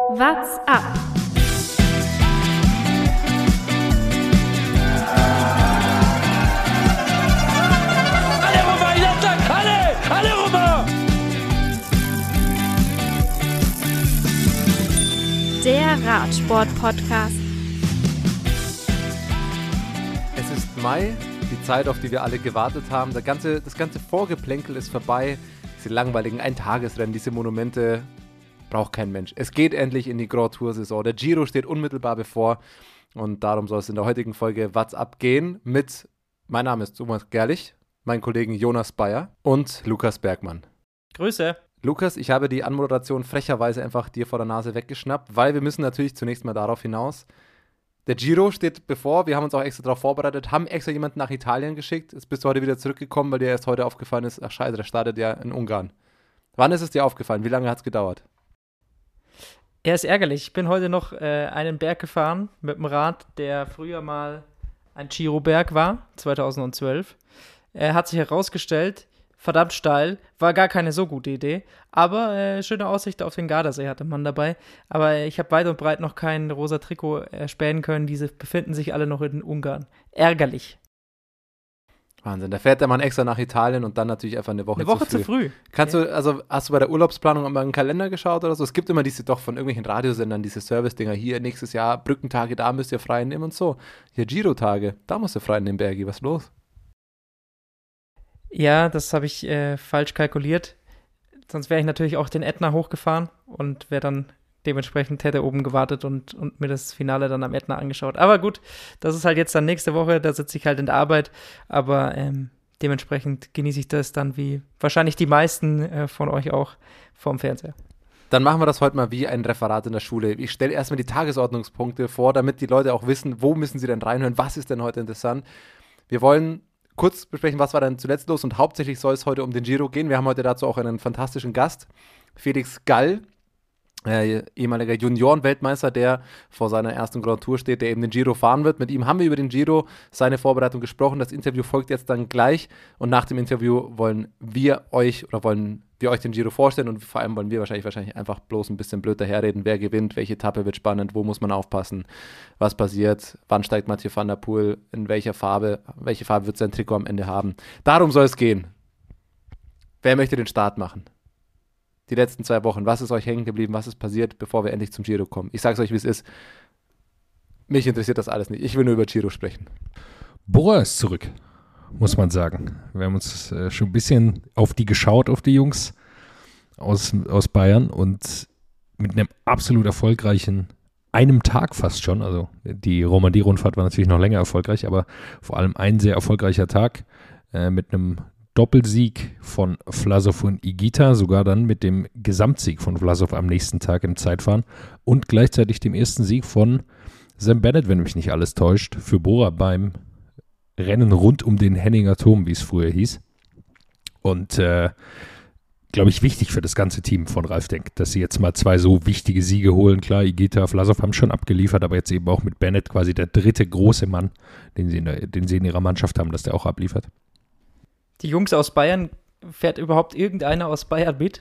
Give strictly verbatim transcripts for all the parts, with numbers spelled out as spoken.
What's up? Alle rüber, in Attack! Alle! Alle rüber! Der Radsport-Podcast. Es ist Mai, die Zeit, auf die wir alle gewartet haben. Der ganze, das ganze Vorgeplänkel ist vorbei. Diese langweiligen Eintagesrennen, diese Monumente, braucht kein Mensch. Es geht endlich in die Grand Tour-Saison. Der Giro steht unmittelbar bevor und darum soll es in der heutigen Folge What's Up gehen mit, mein Name ist Thomas Gerlich, meinen Kollegen Jonas Bayer und Lukas Bergmann. Grüße. Lukas, ich habe die Anmoderation frecherweise einfach dir vor der Nase weggeschnappt, weil wir müssen natürlich zunächst mal darauf hinaus. Der Giro steht bevor, wir haben uns auch extra darauf vorbereitet, haben extra jemanden nach Italien geschickt. Jetzt bist du heute wieder zurückgekommen, weil dir erst heute aufgefallen ist, ach scheiße, der startet ja in Ungarn. Wann ist es dir aufgefallen? Wie lange hat es gedauert? Er ist ärgerlich. Ich bin heute noch äh, einen Berg gefahren mit dem Rad, der früher mal ein Giro-Berg war, zweitausendzwölf. Er hat sich herausgestellt, verdammt steil, war gar keine so gute Idee, aber äh, schöne Aussicht auf den Gardasee hatte man dabei. Aber äh, ich habe weit und breit noch kein rosa Trikot erspähen können, diese befinden sich alle noch in Ungarn. Ärgerlich. Wahnsinn, da fährt der Mann extra nach Italien und dann natürlich einfach eine Woche, eine Woche zu früh. zu früh. Kannst ja. du, also hast du bei der Urlaubsplanung mal einen Kalender geschaut oder so? Es gibt immer diese doch von irgendwelchen Radiosendern, diese Service-Dinger, hier nächstes Jahr, Brückentage, da müsst ihr frei nehmen und so. Hier Giro-Tage, da musst du frei nehmen, Bergi, was ist los? Ja, das habe ich äh, falsch kalkuliert. Sonst wäre ich natürlich auch den Ätna hochgefahren und wäre dann dementsprechend hätte oben gewartet und, und mir das Finale dann am Ätna angeschaut. Aber gut, das ist halt jetzt dann nächste Woche, da sitze ich halt in der Arbeit, aber ähm, dementsprechend genieße ich das dann wie wahrscheinlich die meisten äh, von euch auch vorm Fernseher. Dann machen wir das heute mal wie ein Referat in der Schule. Ich stelle erstmal die Tagesordnungspunkte vor, damit die Leute auch wissen, wo müssen sie denn reinhören, was ist denn heute interessant. Wir wollen kurz besprechen, was war denn zuletzt los und hauptsächlich soll es heute um den Giro gehen. Wir haben heute dazu auch einen fantastischen Gast, Felix Gall, Äh, ehemaliger Junioren-Weltmeister, der vor seiner ersten Grand Tour steht, der eben den Giro fahren wird. Mit ihm haben wir über den Giro, seine Vorbereitung gesprochen. Das Interview folgt jetzt dann gleich und nach dem Interview wollen wir euch oder wollen wir euch den Giro vorstellen und vor allem wollen wir wahrscheinlich wahrscheinlich einfach bloß ein bisschen blöd daherreden, wer gewinnt, welche Etappe wird spannend, wo muss man aufpassen, was passiert, wann steigt Mathieu van der Poel, in welcher Farbe, welche Farbe wird sein Trikot am Ende haben. Darum soll es gehen. Wer möchte den Start machen? Die letzten zwei Wochen, was ist euch hängen geblieben, was ist passiert, bevor wir endlich zum Giro kommen? Ich sag's euch, wie es ist. Mich interessiert das alles nicht. Ich will nur über Giro sprechen. Bora ist zurück, muss man sagen. Wir haben uns äh, schon ein bisschen auf die geschaut, auf die Jungs aus, aus Bayern und mit einem absolut erfolgreichen, einem Tag fast schon, also die Romandie-Rundfahrt war natürlich noch länger erfolgreich, aber vor allem ein sehr erfolgreicher Tag äh, mit einem Doppelsieg von Vlasov und Higuita, sogar dann mit dem Gesamtsieg von Vlasov am nächsten Tag im Zeitfahren und gleichzeitig dem ersten Sieg von Sam Bennett, wenn mich nicht alles täuscht, für Bora beim Rennen rund um den Henninger Turm, wie es früher hieß. Und äh, glaube ich, wichtig für das ganze Team von Ralf Denk, dass sie jetzt mal zwei so wichtige Siege holen. Klar, Higuita, Vlasov haben schon abgeliefert, aber jetzt eben auch mit Bennett quasi der dritte große Mann, den sie in, der, den sie in ihrer Mannschaft haben, dass der auch abliefert. Die Jungs aus Bayern, fährt überhaupt irgendeiner aus Bayern mit?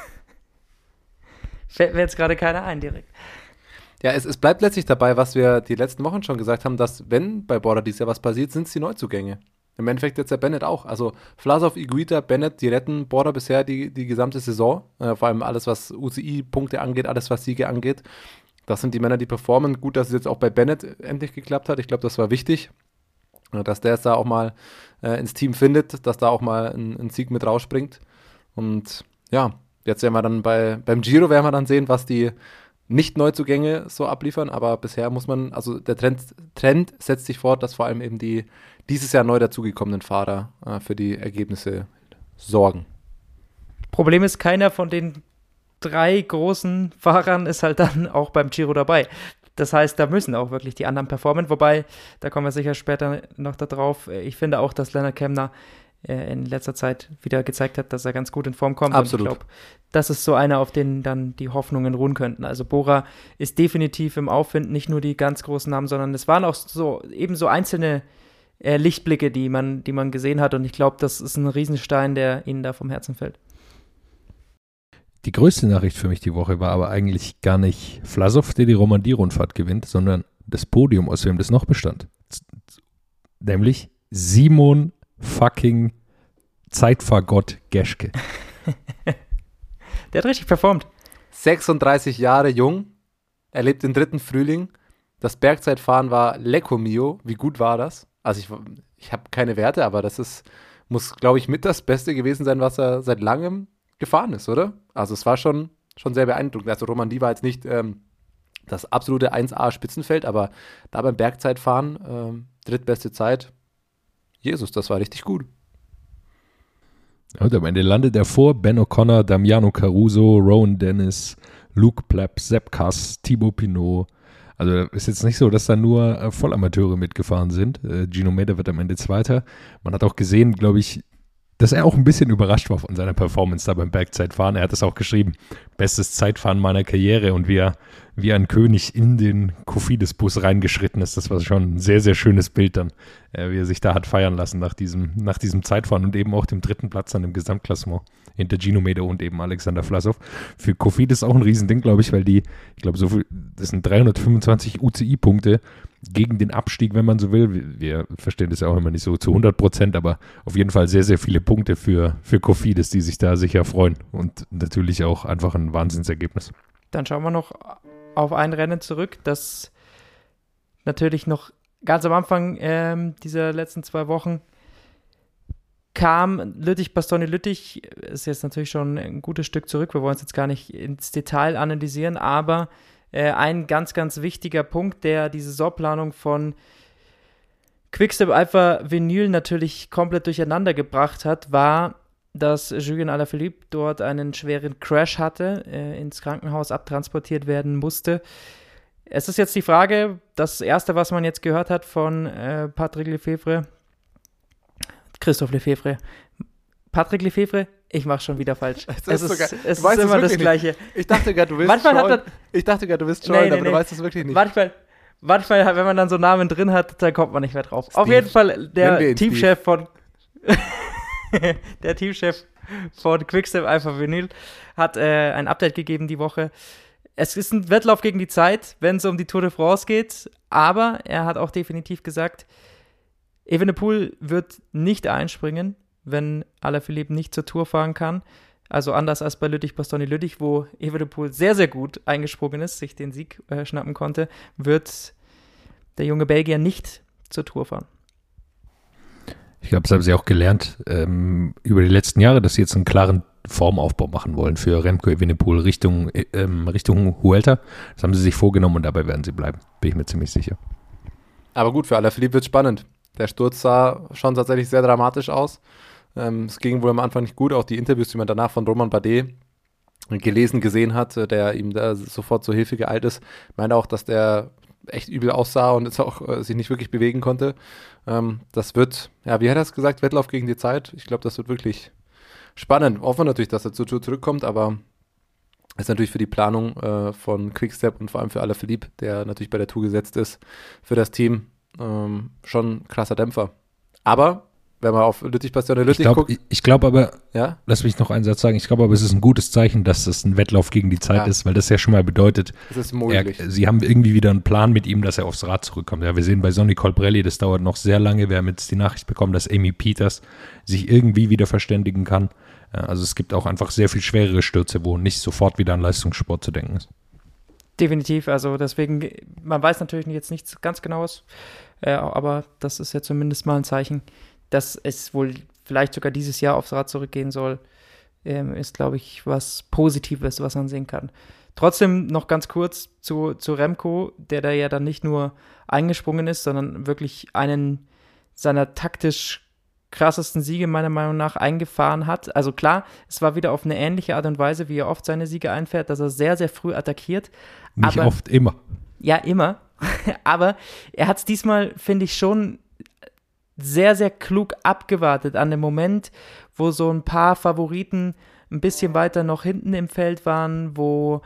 Fällt mir jetzt gerade keiner ein direkt. Ja, es, es bleibt letztlich dabei, was wir die letzten Wochen schon gesagt haben, dass wenn bei Bora dieses Jahr was passiert, sind es die Neuzugänge. Im Endeffekt jetzt der Bennett auch. Also Vlasov, Higuita, Bennett, die retten Bora bisher die, die gesamte Saison. Äh, vor allem alles, was U C I-Punkte angeht, alles, was Siege angeht. Das sind die Männer, die performen. Gut, dass es jetzt auch bei Bennett endlich geklappt hat. Ich glaube, das war wichtig. Dass der jetzt da auch mal äh, ins Team findet, dass da auch mal ein, ein Sieg mit rausspringt. Und ja, jetzt werden wir dann bei, beim Giro werden wir dann sehen, was die Nicht-Neuzugänge so abliefern. Aber bisher muss man, also der Trend, Trend setzt sich fort, dass vor allem eben die dieses Jahr neu dazugekommenen Fahrer äh, für die Ergebnisse sorgen. Problem ist, keiner von den drei großen Fahrern ist halt dann auch beim Giro dabei. Das heißt, da müssen auch wirklich die anderen performen, wobei, da kommen wir sicher später noch da drauf, ich finde auch, dass Lennart Kämna äh, in letzter Zeit wieder gezeigt hat, dass er ganz gut in Form kommt. Absolut. Und ich glaube, das ist so einer, auf den dann die Hoffnungen ruhen könnten. Also Bora ist definitiv im Aufwind, nicht nur die ganz großen Namen, sondern es waren auch so eben so einzelne äh, Lichtblicke, die man, die man gesehen hat und ich glaube, das ist ein Riesenstein, der ihnen da vom Herzen fällt. Die größte Nachricht für mich die Woche war aber eigentlich gar nicht Vlasov, der die Romandie-Rundfahrt gewinnt, sondern das Podium, aus wem das noch bestand. Z- z- Nämlich Simon fucking Zeitfahrgott Geschke. Der hat richtig performt. sechsunddreißig Jahre jung, er lebt im dritten Frühling. Das Bergzeitfahren war Lecco Mio. Wie gut war das? Also ich, ich habe keine Werte, aber das ist, muss, glaube ich, mit das Beste gewesen sein, was er seit langem gefahren ist, oder? Also es war schon, schon sehr beeindruckend. Also Romandie war jetzt nicht ähm, das absolute eins A Spitzenfeld, aber da beim Bergzeitfahren, ähm, drittbeste Zeit, Jesus, das war richtig gut. Und am Ende landet er vor Ben O'Connor, Damiano Caruso, Rowan Dennis, Luke Plapp, Sepp Kass, Thibaut Pinot. Also ist jetzt nicht so, dass da nur äh, Vollamateure mitgefahren sind. Äh, Gino Meder wird am Ende Zweiter. Man hat auch gesehen, glaube ich, dass er auch ein bisschen überrascht war von seiner Performance da beim Bergzeitfahren. Er hat es auch geschrieben, bestes Zeitfahren meiner Karriere, und wie er wie ein König in den Cofidis-Bus reingeschritten ist. Das war schon ein sehr, sehr schönes Bild dann, äh, wie er sich da hat feiern lassen nach diesem, nach diesem Zeitfahren und eben auch dem dritten Platz dann im Gesamtklassement hinter Gino Meder und eben Alexander Vlasov. Für Cofidis auch ein Riesending, glaube ich, weil die, ich glaube, so viel, das sind dreihundertfünfundzwanzig U C I-Punkte gegen den Abstieg, wenn man so will. Wir, wir verstehen das ja auch immer nicht so zu hundert Prozent, aber auf jeden Fall sehr, sehr viele Punkte für, für Cofidis, die sich da sicher freuen, und natürlich auch einfach ein Wahnsinnsergebnis. Dann schauen wir noch auf ein Rennen zurück, das natürlich noch ganz am Anfang ähm, dieser letzten zwei Wochen kam. Lüttich-Bastogne-Lüttich ist jetzt natürlich schon ein gutes Stück zurück. Wir wollen es jetzt gar nicht ins Detail analysieren, aber äh, ein ganz, ganz wichtiger Punkt, der die Saisonplanung von Quickstep Alpha Vinyl natürlich komplett durcheinander gebracht hat, war, dass Julien Alaphilippe dort einen schweren Crash hatte, äh, ins Krankenhaus abtransportiert werden musste. Es ist jetzt die Frage, das Erste, was man jetzt gehört hat von äh, Patrick Lefevre, Christophe Lefevre, Patrick Lefevre, ich mache schon wieder falsch. Es ist, ist, es es ist immer das Gleiche. Nicht. Ich dachte gerade, du willst manchmal scheuen. Hat er, ich dachte gerade, du willst scheuen, nee, nee, aber nee. du weißt es wirklich nicht. Manchmal, manchmal, wenn man dann so Namen drin hat, dann kommt man nicht mehr drauf. Steve. Auf jeden Fall Nennen wir der ihn Teamchef von der Teamchef von Quickstep Alpha Vinyl hat äh, ein Update gegeben die Woche. Es ist ein Wettlauf gegen die Zeit, wenn es um die Tour de France geht, aber er hat auch definitiv gesagt, Evenepoel wird nicht einspringen, wenn Alaphilippe nicht zur Tour fahren kann. Also anders als bei Lüttich-Bastogne-Lüttich, wo Evenepoel sehr, sehr gut eingesprungen ist, sich den Sieg äh, schnappen konnte, wird der junge Belgier nicht zur Tour fahren. Ich glaube, das haben sie auch gelernt ähm, über die letzten Jahre, dass sie jetzt einen klaren Formaufbau machen wollen für Remco Evenepoel Richtung, ähm, Richtung Vuelta. Das haben sie sich vorgenommen und dabei werden sie bleiben, bin ich mir ziemlich sicher. Aber gut, für Alaphilippe wird es spannend. Der Sturz sah schon tatsächlich sehr dramatisch aus. Ähm, es ging wohl am Anfang nicht gut, auch die Interviews, die man danach von Romain Bardet gelesen, gesehen hat, der ihm da sofort zur Hilfe geeilt ist, meinte auch, dass der echt übel aussah und jetzt auch äh, sich nicht wirklich bewegen konnte. Ähm, das wird, ja, wie hat er es gesagt, Wettlauf gegen die Zeit. Ich glaube, das wird wirklich spannend. Hoffen wir natürlich, dass er zur Tour zurückkommt, aber ist natürlich für die Planung äh, von Quickstep und vor allem für Alaphilippe, der natürlich bei der Tour gesetzt ist, für das Team ähm, schon ein krasser Dämpfer. Aber wenn man auf Lüttich-Bastogne-Lüttich guckt. Ich, ich glaube aber, ja? lass mich noch einen Satz sagen, ich glaube aber, es ist ein gutes Zeichen, dass es ein Wettlauf gegen die Zeit Ja. ist, weil das ja schon mal bedeutet, Es ist möglich. er, sie haben irgendwie wieder einen Plan mit ihm, dass er aufs Rad zurückkommt. Ja, wir sehen bei Sonny Colbrelli, das dauert noch sehr lange. Wir haben jetzt die Nachricht bekommen, dass Amy Peters sich irgendwie wieder verständigen kann. Ja, also es gibt auch einfach sehr viel schwerere Stürze, wo nicht sofort wieder an Leistungssport zu denken ist. Definitiv, also deswegen, man weiß natürlich jetzt nichts ganz Genaues, äh, aber das ist ja zumindest mal ein Zeichen, dass es wohl vielleicht sogar dieses Jahr aufs Rad zurückgehen soll, ähm, ist, glaube ich, was Positives, was man sehen kann. Trotzdem noch ganz kurz zu, zu Remco, der da ja dann nicht nur eingesprungen ist, sondern wirklich einen seiner taktisch krassesten Siege meiner Meinung nach eingefahren hat. Also klar, es war wieder auf eine ähnliche Art und Weise, wie er oft seine Siege einfährt, dass er sehr, sehr früh attackiert. Nicht aber, oft, immer. Ja, immer. Aber er hat es diesmal, finde ich, schon sehr, sehr klug abgewartet an dem Moment, wo so ein paar Favoriten ein bisschen weiter noch hinten im Feld waren, wo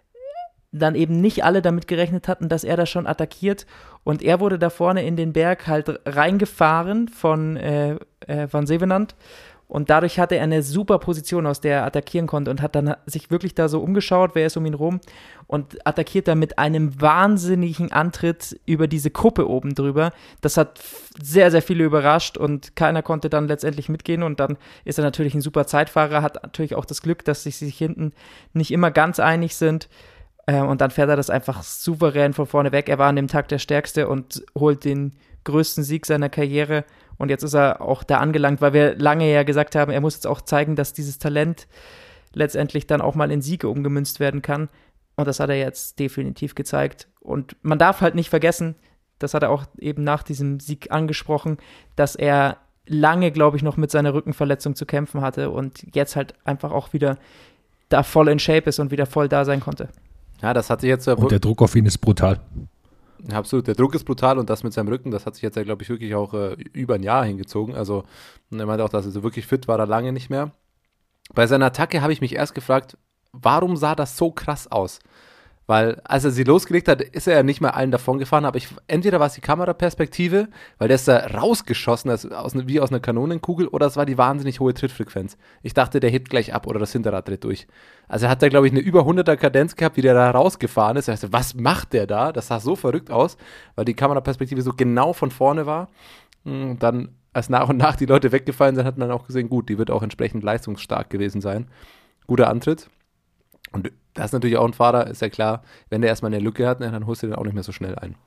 dann eben nicht alle damit gerechnet hatten, dass er da schon attackiert. Und er wurde da vorne in den Berg halt reingefahren von äh, äh, Van Zevenand Und dadurch hatte er eine super Position, aus der er attackieren konnte und hat dann sich wirklich da so umgeschaut, wer ist um ihn rum und attackiert dann mit einem wahnsinnigen Antritt über diese Kuppe oben drüber. Das hat sehr, sehr viele überrascht und keiner konnte dann letztendlich mitgehen und dann ist er natürlich ein super Zeitfahrer, hat natürlich auch das Glück, dass sich sich hinten nicht immer ganz einig sind äh, und dann fährt er das einfach souverän von vorne weg. Er war an dem Tag der Stärkste und holt den größten Sieg seiner Karriere. Und jetzt ist er auch da angelangt, weil wir lange ja gesagt haben, er muss jetzt auch zeigen, dass dieses Talent letztendlich dann auch mal in Siege umgemünzt werden kann. Und das hat er jetzt definitiv gezeigt. Und man darf halt nicht vergessen, das hat er auch eben nach diesem Sieg angesprochen, dass er lange, glaube ich, noch mit seiner Rückenverletzung zu kämpfen hatte und jetzt halt einfach auch wieder da voll in Shape ist und wieder voll da sein konnte. Ja, das hat sich jetzt... Und der Druck auf ihn ist brutal. Ja, absolut, der Druck ist brutal und das mit seinem Rücken, das hat sich jetzt ja, glaube ich, wirklich auch äh, über ein Jahr hingezogen. Also, und er meinte auch, dass er so wirklich fit war, er lange nicht mehr. Bei seiner Attacke habe ich mich erst gefragt, warum sah das so krass aus? Weil, als er sie losgelegt hat, ist er ja nicht mal allen davon gefahren, aber ich, entweder war es die Kameraperspektive, weil der ist da rausgeschossen, das aus, wie aus einer Kanonenkugel, oder es war die wahnsinnig hohe Trittfrequenz. Ich dachte, der hebt gleich ab oder das Hinterrad dreht durch. Also er hat da, glaube ich, eine über hunderter Kadenz gehabt, wie der da rausgefahren ist. Ich dachte, was macht der da? Das sah so verrückt aus, weil die Kameraperspektive so genau von vorne war. Und dann, als nach und nach die Leute weggefallen sind, hat man auch gesehen, gut, die wird auch entsprechend leistungsstark gewesen sein. Guter Antritt. Und das ist natürlich auch ein Fahrer, ist ja klar, wenn der erstmal eine Lücke hat, dann holst du den auch nicht mehr so schnell ein.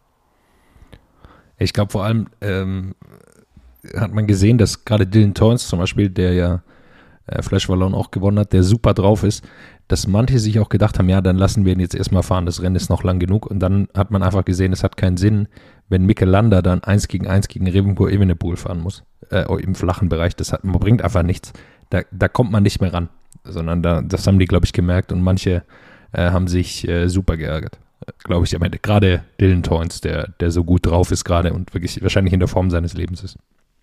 Ich glaube vor allem ähm, hat man gesehen, dass gerade Dylan Teuns zum Beispiel, der ja äh, Flash Wallon auch gewonnen hat, der super drauf ist, dass manche sich auch gedacht haben, ja, dann lassen wir ihn jetzt erstmal fahren, das Rennen ist noch lang genug und dann hat man einfach gesehen, es hat keinen Sinn, wenn Mikel Landa dann eins gegen eins gegen Remco Evenepoel fahren muss, äh, im flachen Bereich, das hat, man bringt einfach nichts, da, da kommt man nicht mehr ran. Sondern da, das haben die, glaube ich, gemerkt und manche äh, haben sich äh, super geärgert. Äh, glaube ich, am Ende. Gerade Dylan Teuns, der, der so gut drauf ist gerade und wirklich wahrscheinlich in der Form seines Lebens ist.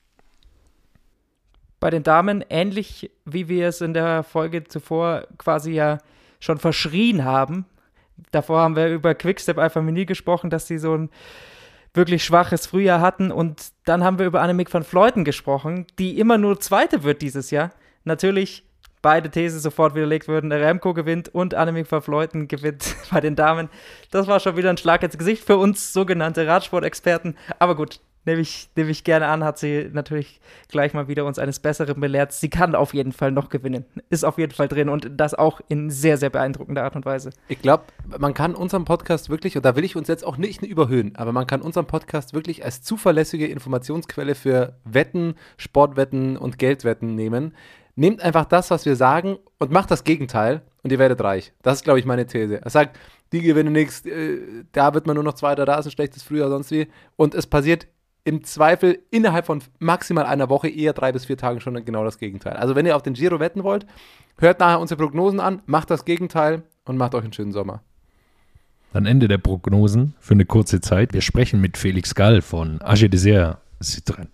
Bei den Damen ähnlich, wie wir es in der Folge zuvor quasi ja schon verschrien haben. Davor haben wir über Quickstep Alpha Mini gesprochen, dass sie so ein wirklich schwaches Frühjahr hatten und dann haben wir über Annemiek van Vleuten gesprochen, die immer nur Zweite wird dieses Jahr. Natürlich beide Thesen sofort widerlegt würden, der Remco gewinnt und Annemiek van Vleuten gewinnt bei den Damen. Das war schon wieder ein Schlag ins Gesicht für uns sogenannte Radsportexperten. Aber gut, nehme ich, nehme ich gerne an, hat sie natürlich gleich mal wieder uns eines Besseren belehrt. Sie kann auf jeden Fall noch gewinnen. Ist auf jeden Fall drin und das auch in sehr, sehr beeindruckender Art und Weise. Ich glaube, man kann unseren Podcast wirklich, und da will ich uns jetzt auch nicht überhöhen, aber man kann unseren Podcast wirklich als zuverlässige Informationsquelle für Wetten, Sportwetten und Geldwetten nehmen. Nehmt einfach das, was wir sagen und macht das Gegenteil und ihr werdet reich. Das ist, glaube ich, meine These. Er sagt, die gewinnen nichts, äh, da wird man nur noch Zweiter, da ist ein schlechtes Frühjahr, sonst wie. Und es passiert im Zweifel innerhalb von maximal einer Woche, eher drei bis vier Tagen schon genau das Gegenteil. Also wenn ihr auf den Giro wetten wollt, hört nachher unsere Prognosen an, macht das Gegenteil und macht euch einen schönen Sommer. Dann Ende der Prognosen für eine kurze Zeit. Wir sprechen mit Felix Gall von A G Dessert Citroën.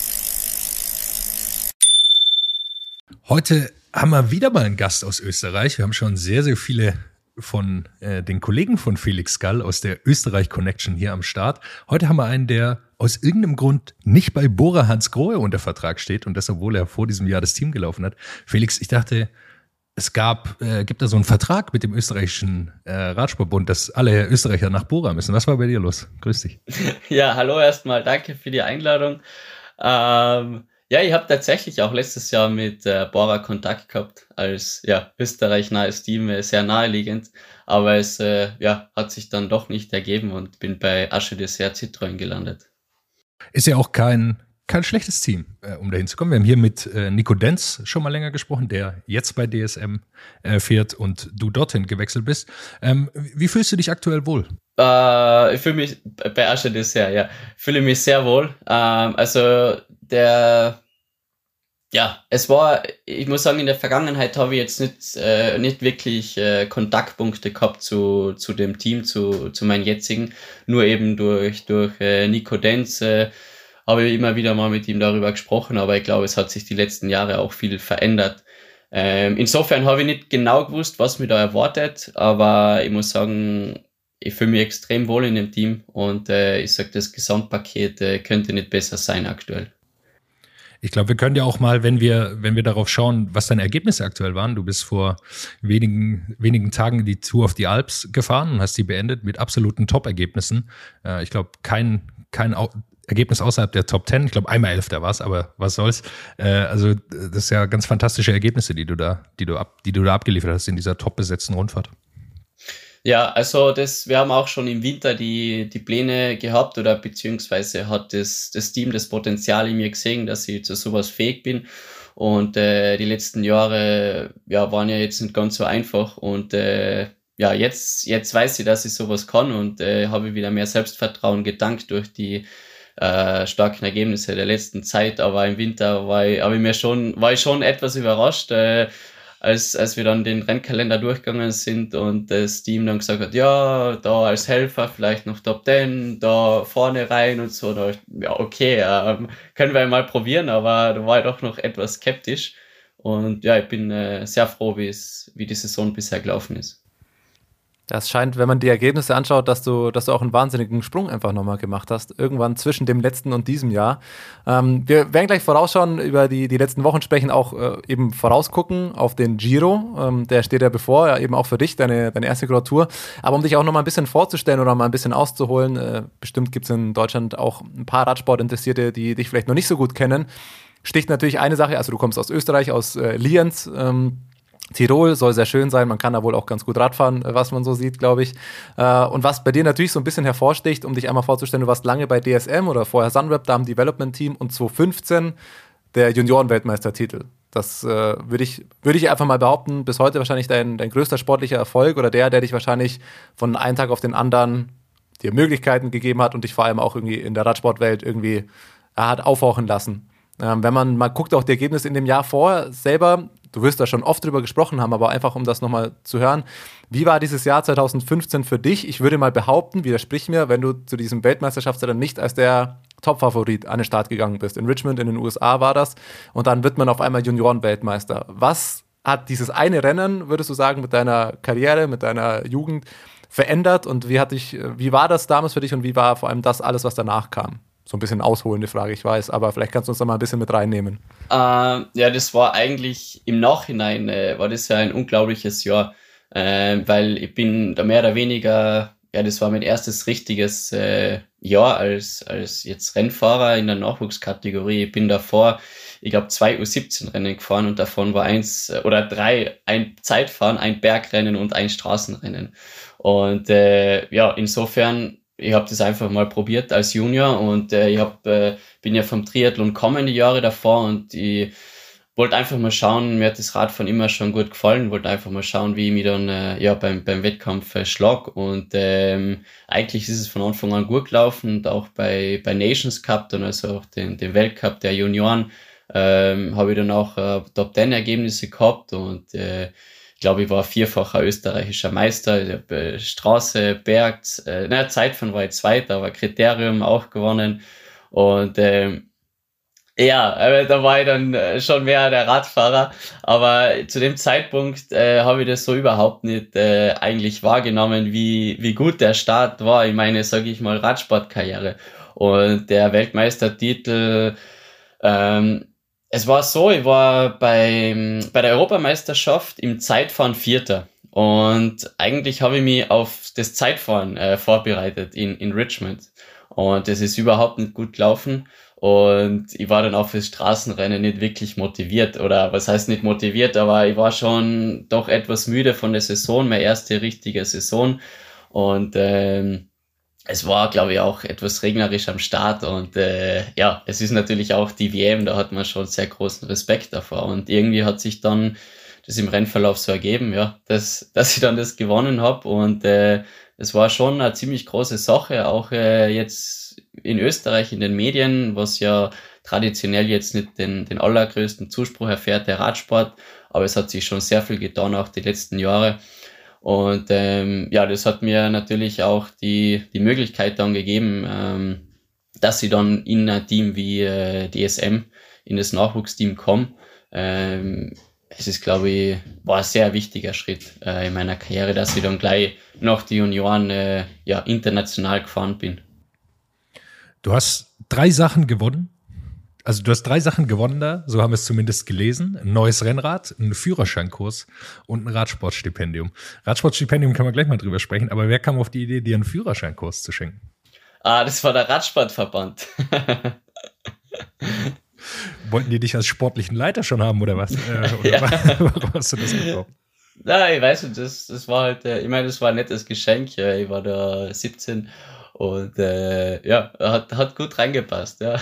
Heute haben wir wieder mal einen Gast aus Österreich. Wir haben schon sehr, sehr viele von äh, den Kollegen von Felix Gall aus der Österreich-Connection hier am Start. Heute haben wir einen, der aus irgendeinem Grund nicht bei Bora Hansgrohe unter Vertrag steht und das, obwohl er vor diesem Jahr das Team gelaufen hat. Felix, ich dachte, es gab, äh, gibt da so einen Vertrag mit dem österreichischen äh, Radsportbund, dass alle Österreicher nach Bora müssen. Was war bei dir los? Grüß dich. Ja, hallo erstmal. Danke für die Einladung. Ähm, Ja, ich habe tatsächlich auch letztes Jahr mit äh, Bora Kontakt gehabt, als ja österreich-nahes Team, äh, sehr naheliegend, aber es äh, ja, hat sich dann doch nicht ergeben und bin bei A G Dessert Citroën gelandet. Ist ja auch kein, kein schlechtes Team, äh, um dahin zu kommen. Wir haben hier mit äh, Nico Denz schon mal länger gesprochen, der jetzt bei D S M äh, fährt und du dorthin gewechselt bist. Ähm, wie fühlst du dich aktuell wohl? Äh, ich fühle mich bei A G Dessert, ja, fühle mich sehr wohl. Ähm, also der, ja, es war, ich muss sagen, in der Vergangenheit habe ich jetzt nicht, äh, nicht wirklich äh, Kontaktpunkte gehabt zu, zu dem Team, zu, zu meinem jetzigen, nur eben durch, durch äh, Nico Denz äh, habe ich immer wieder mal mit ihm darüber gesprochen, aber ich glaube, es hat sich die letzten Jahre auch viel verändert. Ähm, insofern habe ich nicht genau gewusst, was mich da erwartet, aber ich muss sagen, ich fühle mich extrem wohl in dem Team und äh, ich sage, das Gesamtpaket äh, könnte nicht besser sein aktuell. Ich glaube, wir können ja auch mal, wenn wir, wenn wir darauf schauen, was deine Ergebnisse aktuell waren. Du bist vor wenigen, wenigen Tagen die Tour of the Alps gefahren und hast die beendet mit absoluten Top-Ergebnissen. Äh, ich glaube, kein, kein Au- Ergebnis außerhalb der Top Ten. Ich glaube, einmal Elfter war es, aber was soll's. Äh, also, das ist ja ganz fantastische Ergebnisse, die du da, die du ab, die du da abgeliefert hast in dieser top besetzten Rundfahrt. Ja, also das, wir haben auch schon im Winter die, die Pläne gehabt oder beziehungsweise hat das, das Team das Potenzial in mir gesehen, dass ich zu sowas fähig bin. Und äh, die letzten Jahre ja, waren ja jetzt nicht ganz so einfach. Und äh, ja, jetzt, jetzt weiß ich, dass ich sowas kann und äh, habe wieder mehr Selbstvertrauen gedankt durch die äh, starken Ergebnisse der letzten Zeit. Aber im Winter war ich, habe ich mir schon, war ich schon etwas überrascht. Äh, Als, als wir dann den Rennkalender durchgegangen sind und das Team dann gesagt hat, ja, da als Helfer vielleicht noch Top Ten, da vorne rein und so. Da, ja, okay, ähm, können wir mal probieren, aber da war ich doch noch etwas skeptisch. Und ja, ich bin äh, sehr froh, wie es, wie die Saison bisher gelaufen ist. Das scheint, wenn man die Ergebnisse anschaut, dass du, dass du auch einen wahnsinnigen Sprung einfach nochmal gemacht hast. Irgendwann zwischen dem letzten und diesem Jahr. Ähm, wir werden gleich vorausschauen, über die, die letzten Wochen sprechen, auch äh, eben vorausgucken auf den Giro. Ähm, der steht ja bevor, ja, eben auch für dich, deine, deine erste Grand Tour. Aber um dich auch nochmal ein bisschen vorzustellen oder mal ein bisschen auszuholen, äh, bestimmt gibt es in Deutschland auch ein paar Radsportinteressierte, die dich vielleicht noch nicht so gut kennen. Sticht natürlich eine Sache, also du kommst aus Österreich, aus äh, Lienz, ähm, Tirol, soll sehr schön sein, man kann da wohl auch ganz gut Radfahren, was man so sieht, glaube ich. Und was bei dir natürlich so ein bisschen hervorsticht, um dich einmal vorzustellen, du warst lange bei D S M oder vorher Sunweb, da im Development Team und zwanzig fünfzehn der Junioren-Weltmeistertitel. Das äh, würde ich, würd ich einfach mal behaupten, bis heute wahrscheinlich dein, dein größter sportlicher Erfolg oder der, der dich wahrscheinlich von einem Tag auf den anderen dir Möglichkeiten gegeben hat und dich vor allem auch irgendwie in der Radsportwelt irgendwie ja, hat aufhauchen lassen. Ähm, wenn man mal guckt, auch die Ergebnisse in dem Jahr vorher selber, du wirst da schon oft drüber gesprochen haben, aber einfach, um das nochmal zu hören. Wie war dieses Jahr zwanzig fünfzehn für dich? Ich würde mal behaupten, widersprich mir, wenn du zu diesem Weltmeisterschaftsrennen nicht als der Top-Favorit an den Start gegangen bist. In Richmond in den U S A war das. Und dann wird man auf einmal Junioren-Weltmeister. Was hat dieses eine Rennen, würdest du sagen, mit deiner Karriere, mit deiner Jugend verändert? Und wie, hat dich, wie war das damals für dich und wie war vor allem das alles, was danach kam? So ein bisschen ausholende Frage, ich weiß, aber vielleicht kannst du uns da mal ein bisschen mit reinnehmen. Äh, ja, das war eigentlich im Nachhinein, äh, war das ja ein unglaubliches Jahr, äh, weil ich bin da mehr oder weniger, ja, das war mein erstes richtiges äh, Jahr als, als jetzt Rennfahrer in der Nachwuchskategorie. Ich bin davor, ich glaube, zwei U siebzehn Rennen gefahren und davon war eins oder drei, ein Zeitfahren, ein Bergrennen und ein Straßenrennen. Und äh, ja, insofern, ich habe das einfach mal probiert als Junior und äh, ich hab, äh, bin ja vom Triathlon kommende Jahre davor und ich wollte einfach mal schauen, mir hat das Radfahren immer schon gut gefallen, wollte einfach mal schauen, wie ich mich dann äh, ja, beim, beim Wettkampf äh, schlag und ähm, eigentlich ist es von Anfang an gut gelaufen und auch bei, bei Nations Cup, dann also auch den, den Weltcup der Junioren, ähm, habe ich dann auch äh, Top Ten Ergebnisse gehabt und äh, ich glaube, ich war vierfacher österreichischer Meister, ich hab, äh, Straße, Berg, äh, naja, Zeitfahren war ich Zweiter, aber Kriterium auch gewonnen. Und ähm, ja, äh, da war ich dann äh, schon mehr der Radfahrer. Aber zu dem Zeitpunkt äh, habe ich das so überhaupt nicht äh, eigentlich wahrgenommen, wie wie gut der Start war in meine, sage ich mal, Radsportkarriere. Und der Weltmeistertitel, ähm, es war so, ich war bei, bei der Europameisterschaft im Zeitfahren Vierter und eigentlich habe ich mich auf das Zeitfahren äh, vorbereitet in, in Richmond und das ist überhaupt nicht gut gelaufen und ich war dann auch fürs Straßenrennen nicht wirklich motiviert oder was heißt nicht motiviert, aber ich war schon doch etwas müde von der Saison, meine erste richtige Saison und ähm, es war, glaube ich, auch etwas regnerisch am Start und äh, ja, es ist natürlich auch die W M, da hat man schon sehr großen Respekt davor und irgendwie hat sich dann das im Rennverlauf so ergeben, ja, dass, dass ich dann das gewonnen habe und äh, es war schon eine ziemlich große Sache, auch äh, jetzt in Österreich in den Medien, was ja traditionell jetzt nicht den, den allergrößten Zuspruch erfährt, der Radsport, aber es hat sich schon sehr viel getan, auch die letzten Jahre. Und ähm, ja, das hat mir natürlich auch die die Möglichkeit dann gegeben, ähm, dass ich dann in ein Team wie äh, D S M, in das Nachwuchsteam komme. Ähm, es ist, glaube ich, war ein sehr wichtiger Schritt äh, in meiner Karriere, dass ich dann gleich nach die Junioren äh, ja, international gefahren bin. Du hast drei Sachen gewonnen, Also du hast drei Sachen gewonnen da, so haben wir es zumindest gelesen. Ein neues Rennrad, einen Führerscheinkurs und ein Radsportstipendium. Radsportstipendium kann man gleich mal drüber sprechen, aber wer kam auf die Idee, dir einen Führerscheinkurs zu schenken? Ah, das war der Radsportverband. Wollten die dich als sportlichen Leiter schon haben, oder was? Äh, oder Ja. warum hast du das gekauft? Na, ich weiß nicht, das, das war halt, äh, ich meine, das war ein nettes Geschenk, ja, ich war da siebzehn und äh, ja, hat, hat gut reingepasst, ja.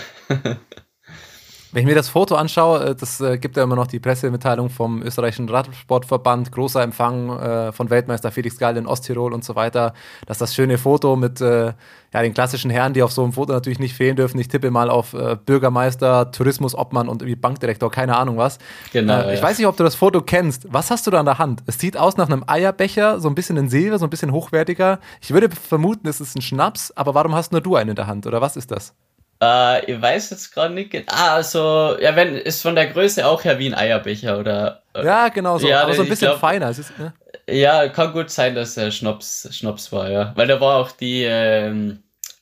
Wenn ich mir das Foto anschaue, das äh, gibt ja immer noch die Pressemitteilung vom österreichischen Radsportverband, großer Empfang äh, von Weltmeister Felix Gall in Osttirol und so weiter. Das ist das schöne Foto mit äh, ja, den klassischen Herren, die auf so einem Foto natürlich nicht fehlen dürfen. Ich tippe mal auf äh, Bürgermeister, Tourismusobmann und irgendwie Bankdirektor, keine Ahnung was. Genau. Äh, ich ja. weiß nicht, ob du das Foto kennst. Was hast du da in der Hand? Es sieht aus nach einem Eierbecher, so ein bisschen in Silber, so ein bisschen hochwertiger. Ich würde vermuten, es ist ein Schnaps, aber warum hast nur du einen in der Hand, oder was ist das? Äh, ich weiß jetzt gerade nicht. gen- Ah, also, ja, wenn, ist von der Größe auch her wie ein Eierbecher oder. äh, Ja, genau so, Ja, aber so ein ich bisschen glaub- feiner. Es ist, ne? Ja, kann gut sein, dass er Schnaps, Schnaps war, ja. Weil da war auch die, ähm,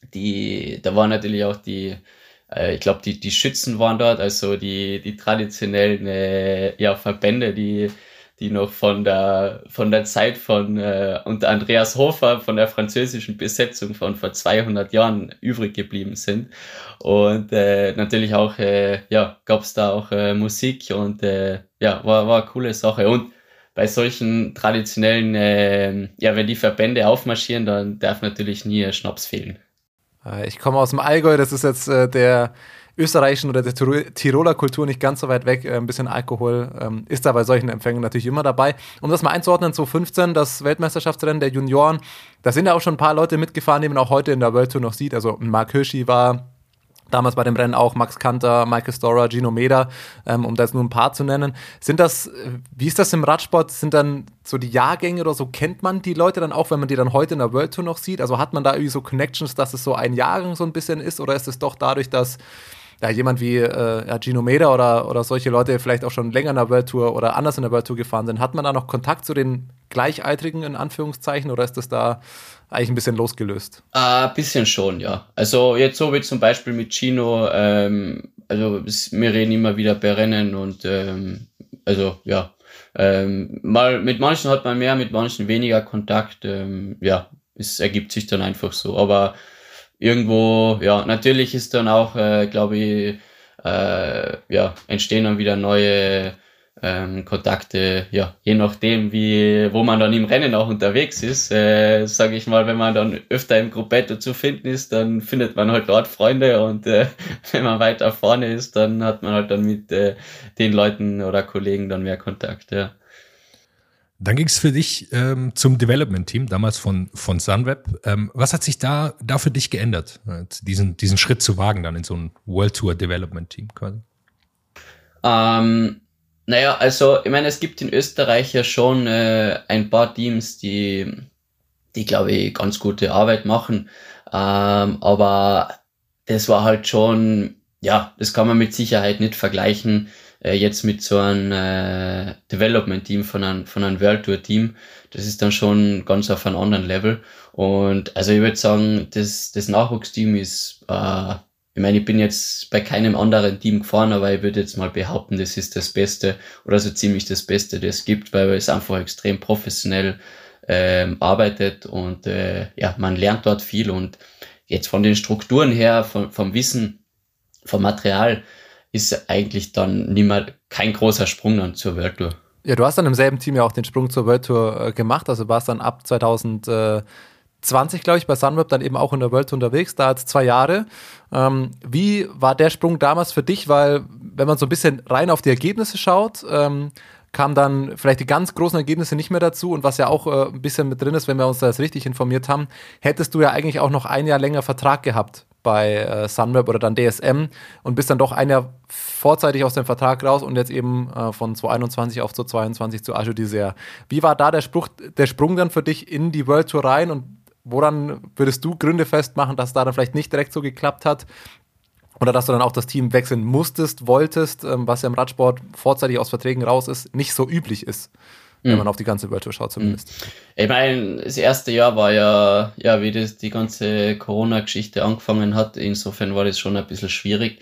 die, da waren natürlich auch die, äh, ich glaube, die, die Schützen waren dort, also die, die traditionellen, äh, ja, Verbände, die, die noch von der, von der Zeit von, äh, unter Andreas Hofer, von der französischen Besetzung von vor zweihundert Jahren übrig geblieben sind. Und, äh, natürlich auch, äh, ja, gab's da auch, äh, Musik und, äh, ja, war, war eine coole Sache. Und, bei solchen traditionellen, äh, ja, wenn die Verbände aufmarschieren, dann darf natürlich nie ein Schnaps fehlen. Äh, Ich komme aus dem Allgäu, das ist jetzt äh, der österreichischen oder der Tir- Tiroler Kultur nicht ganz so weit weg. Äh, ein bisschen Alkohol ähm, ist da bei solchen Empfängen natürlich immer dabei. Um das mal einzuordnen, zwanzig fünfzehn, das Weltmeisterschaftsrennen der Junioren, da sind ja auch schon ein paar Leute mitgefahren, die man auch heute in der World Tour noch sieht. Also Mark Hirschi war damals bei dem Rennen auch, Max Kanter, Michael Storer, Gino Meder, ähm, um da jetzt nur ein paar zu nennen. Sind das, äh, wie ist das im Radsport? Sind dann so die Jahrgänge oder so, kennt man die Leute dann auch, wenn man die dann heute in der World Tour noch sieht? Also hat man da irgendwie so Connections, dass es so ein Jahrgang so ein bisschen ist, oder ist es doch dadurch, dass ja, jemand wie äh, ja, Gino Meder oder, oder solche Leute vielleicht auch schon länger in der World Tour oder anders in der World Tour gefahren sind, hat man da noch Kontakt zu den Gleichaltrigen in Anführungszeichen, oder ist das da eigentlich ein bisschen losgelöst? Ein äh, bisschen schon, ja. Also jetzt so wie zum Beispiel mit Gino, ähm, also es- wir reden immer wieder bei Rennen und ähm, also ja, ähm, mal mit manchen hat man mehr, mit manchen weniger Kontakt. Ähm, ja, es ergibt sich dann einfach so. Aber irgendwo, ja, natürlich ist dann auch, äh, glaube ich, äh, ja, entstehen dann wieder neue ähm, Kontakte, ja, je nachdem, wie, wo man dann im Rennen auch unterwegs ist, äh, sage ich mal, wenn man dann öfter im Gruppetto zu finden ist, dann findet man halt dort Freunde und äh, wenn man weiter vorne ist, dann hat man halt dann mit äh, den Leuten oder Kollegen dann mehr Kontakt, ja. Dann ging es für dich ähm, zum Development-Team, damals von, von Sunweb. Ähm, was hat sich da, da für dich geändert, äh, diesen, diesen Schritt zu wagen, dann in so ein World Tour Development-Team quasi? Ähm, naja, also ich meine, es gibt in Österreich ja schon äh, ein paar Teams, die, die glaube ich, ganz gute Arbeit machen. Ähm, aber das war halt schon, ja, das kann man mit Sicherheit nicht vergleichen äh, jetzt mit so einem äh, Development-Team von einem, von einem World Tour-Team. Das ist dann schon ganz auf einem anderen Level. Und also ich würde sagen, das, das Nachwuchsteam ist, äh, ich meine, ich bin jetzt bei keinem anderen Team gefahren, aber ich würde jetzt mal behaupten, das ist das Beste oder so ziemlich das Beste, das es gibt, weil es einfach extrem professionell ähm, arbeitet und äh, ja, man lernt dort viel und jetzt von den Strukturen her, vom, vom Wissen, vom Material ist eigentlich dann nicht mehr kein großer Sprung dann zur World Tour. Ja, du hast dann im selben Team ja auch den Sprung zur World Tour äh, gemacht, also warst dann ab zweitausendzwanzig, glaube ich, bei Sunweb dann eben auch in der World Tour unterwegs, da als zwei Jahre. Ähm, wie war der Sprung damals für dich? Weil, wenn man so ein bisschen rein auf die Ergebnisse schaut, ähm, kamen dann vielleicht die ganz großen Ergebnisse nicht mehr dazu und was ja auch äh, ein bisschen mit drin ist, wenn wir uns da jetzt richtig informiert haben, hättest du ja eigentlich auch noch ein Jahr länger Vertrag gehabt bei äh, Sunweb oder dann D S M und bist dann doch ein Jahr vorzeitig aus dem Vertrag raus und jetzt eben äh, von zwanzig einundzwanzig auf zwanzig zweiundzwanzig zu Age d'Isère. Wie war da der, Spruch, der Sprung dann für dich in die World Tour rein und woran würdest du Gründe festmachen, dass da dann vielleicht nicht direkt so geklappt hat? Oder dass du dann auch das Team wechseln musstest, wolltest, ähm, was ja im Radsport vorzeitig aus Verträgen raus ist, nicht so üblich ist, wenn Mhm. man auf die ganze World Tour schaut zumindest. Ich meine, das erste Jahr war ja, ja, wie das die ganze Corona-Geschichte angefangen hat. Insofern war das schon ein bisschen schwierig.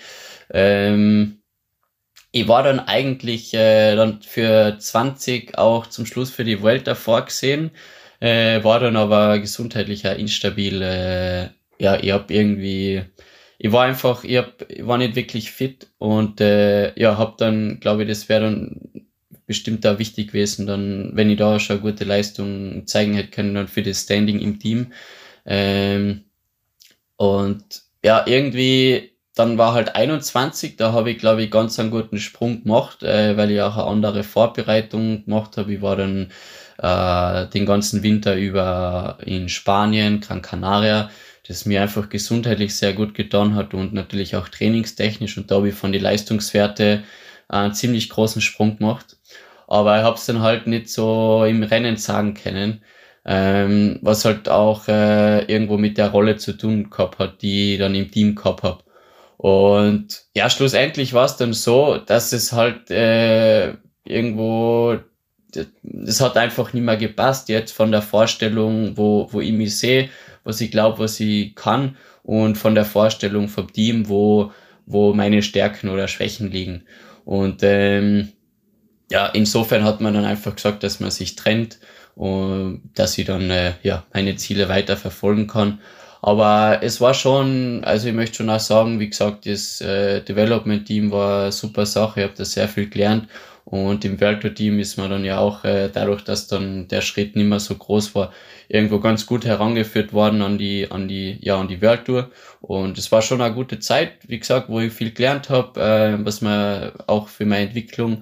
Ähm, ich war dann eigentlich äh, dann für zwanzig auch zum Schluss für die Vuelta vorgesehen, äh, war dann aber gesundheitlich auch instabil. Äh, ja, ich hab irgendwie, ich war einfach, ich, hab, ich war nicht wirklich fit und äh, ja, hab dann, glaube ich, das wäre dann bestimmt auch wichtig gewesen, dann, wenn ich da schon eine gute Leistung zeigen hätte können, dann für das Standing im Team. Ähm, und ja, irgendwie, dann war halt einundzwanzig, da habe ich, glaube ich, ganz einen guten Sprung gemacht, äh, weil ich auch eine andere Vorbereitung gemacht habe. Ich war dann äh, den ganzen Winter über in Spanien, Gran Canaria, das mir einfach gesundheitlich sehr gut getan hat und natürlich auch trainingstechnisch, und da habe ich von den Leistungswerte einen ziemlich großen Sprung gemacht. Aber ich habe es dann halt nicht so im Rennen sagen können, ähm, was halt auch äh, irgendwo mit der Rolle zu tun gehabt hat, die ich dann im Team gehabt habe. Und ja, schlussendlich war es dann so, dass es halt äh, irgendwo, das hat einfach nicht mehr gepasst jetzt von der Vorstellung, wo, wo ich mich sehe, was ich glaube, was ich kann, und von der Vorstellung vom Team, wo, wo meine Stärken oder Schwächen liegen. Und ähm, ja, insofern hat man dann einfach gesagt, dass man sich trennt und dass ich dann äh, ja meine Ziele weiter verfolgen kann. Aber es war schon, also ich möchte schon auch sagen, wie gesagt, das äh, Development-Team war eine super Sache, ich habe da sehr viel gelernt, und im World Tour Team ist man dann ja auch, äh, dadurch, dass dann der Schritt nicht mehr so groß war, irgendwo ganz gut herangeführt worden an die, an die, ja, an die World Tour. Und es war schon eine gute Zeit, wie gesagt, wo ich viel gelernt habe, äh, was man auch für meine Entwicklung.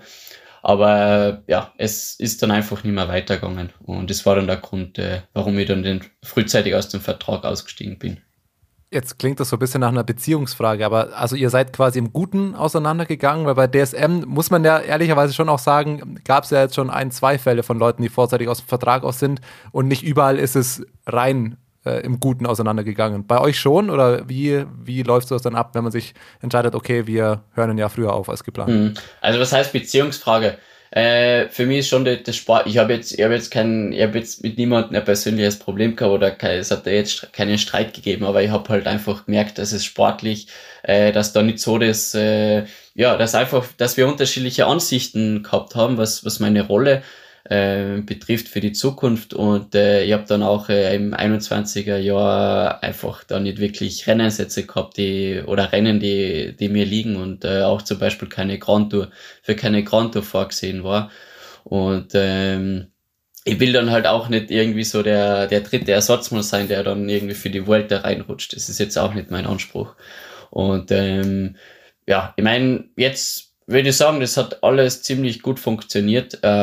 Aber äh, ja, es ist dann einfach nicht mehr weitergegangen. Und das war dann der Grund, äh, warum ich dann den, frühzeitig aus dem Vertrag ausgestiegen bin. Jetzt klingt das so ein bisschen nach einer Beziehungsfrage, aber also ihr seid quasi im Guten auseinandergegangen, weil bei D S M muss man ja ehrlicherweise schon auch sagen, gab es ja jetzt schon ein, zwei Fälle von Leuten, die vorzeitig aus dem Vertrag aus sind, und nicht überall ist es rein äh, im Guten auseinandergegangen. Bei euch schon, oder wie, wie läuft das dann ab, wenn man sich entscheidet, okay, wir hören ein Jahr früher auf als geplant? Also was heißt Beziehungsfrage? Äh, für mich ist schon das, das Sport, ich habe jetzt, ich habe jetzt kein, ich habe jetzt mit niemandem ein persönliches Problem gehabt oder kein, es hat da jetzt keinen Streit gegeben, aber ich habe halt einfach gemerkt, dass es sportlich, äh, dass da nicht so das, äh, ja, dass einfach, dass wir unterschiedliche Ansichten gehabt haben, was, was meine Rolle äh, betrifft für die Zukunft, und äh, ich habe dann auch äh, im einundzwanziger Jahr einfach da nicht wirklich Renneinsätze gehabt, die oder Rennen, die die mir liegen, und äh, auch zum Beispiel keine Grand Tour, für keine Grand Tour vorgesehen war, und ähm, ich will dann halt auch nicht irgendwie so der der dritte Ersatzmann sein, der dann irgendwie für die Vuelta reinrutscht. Das ist jetzt auch nicht mein Anspruch. Und ähm, ja, ich meine, jetzt würde ich sagen, das hat alles ziemlich gut funktioniert, äh,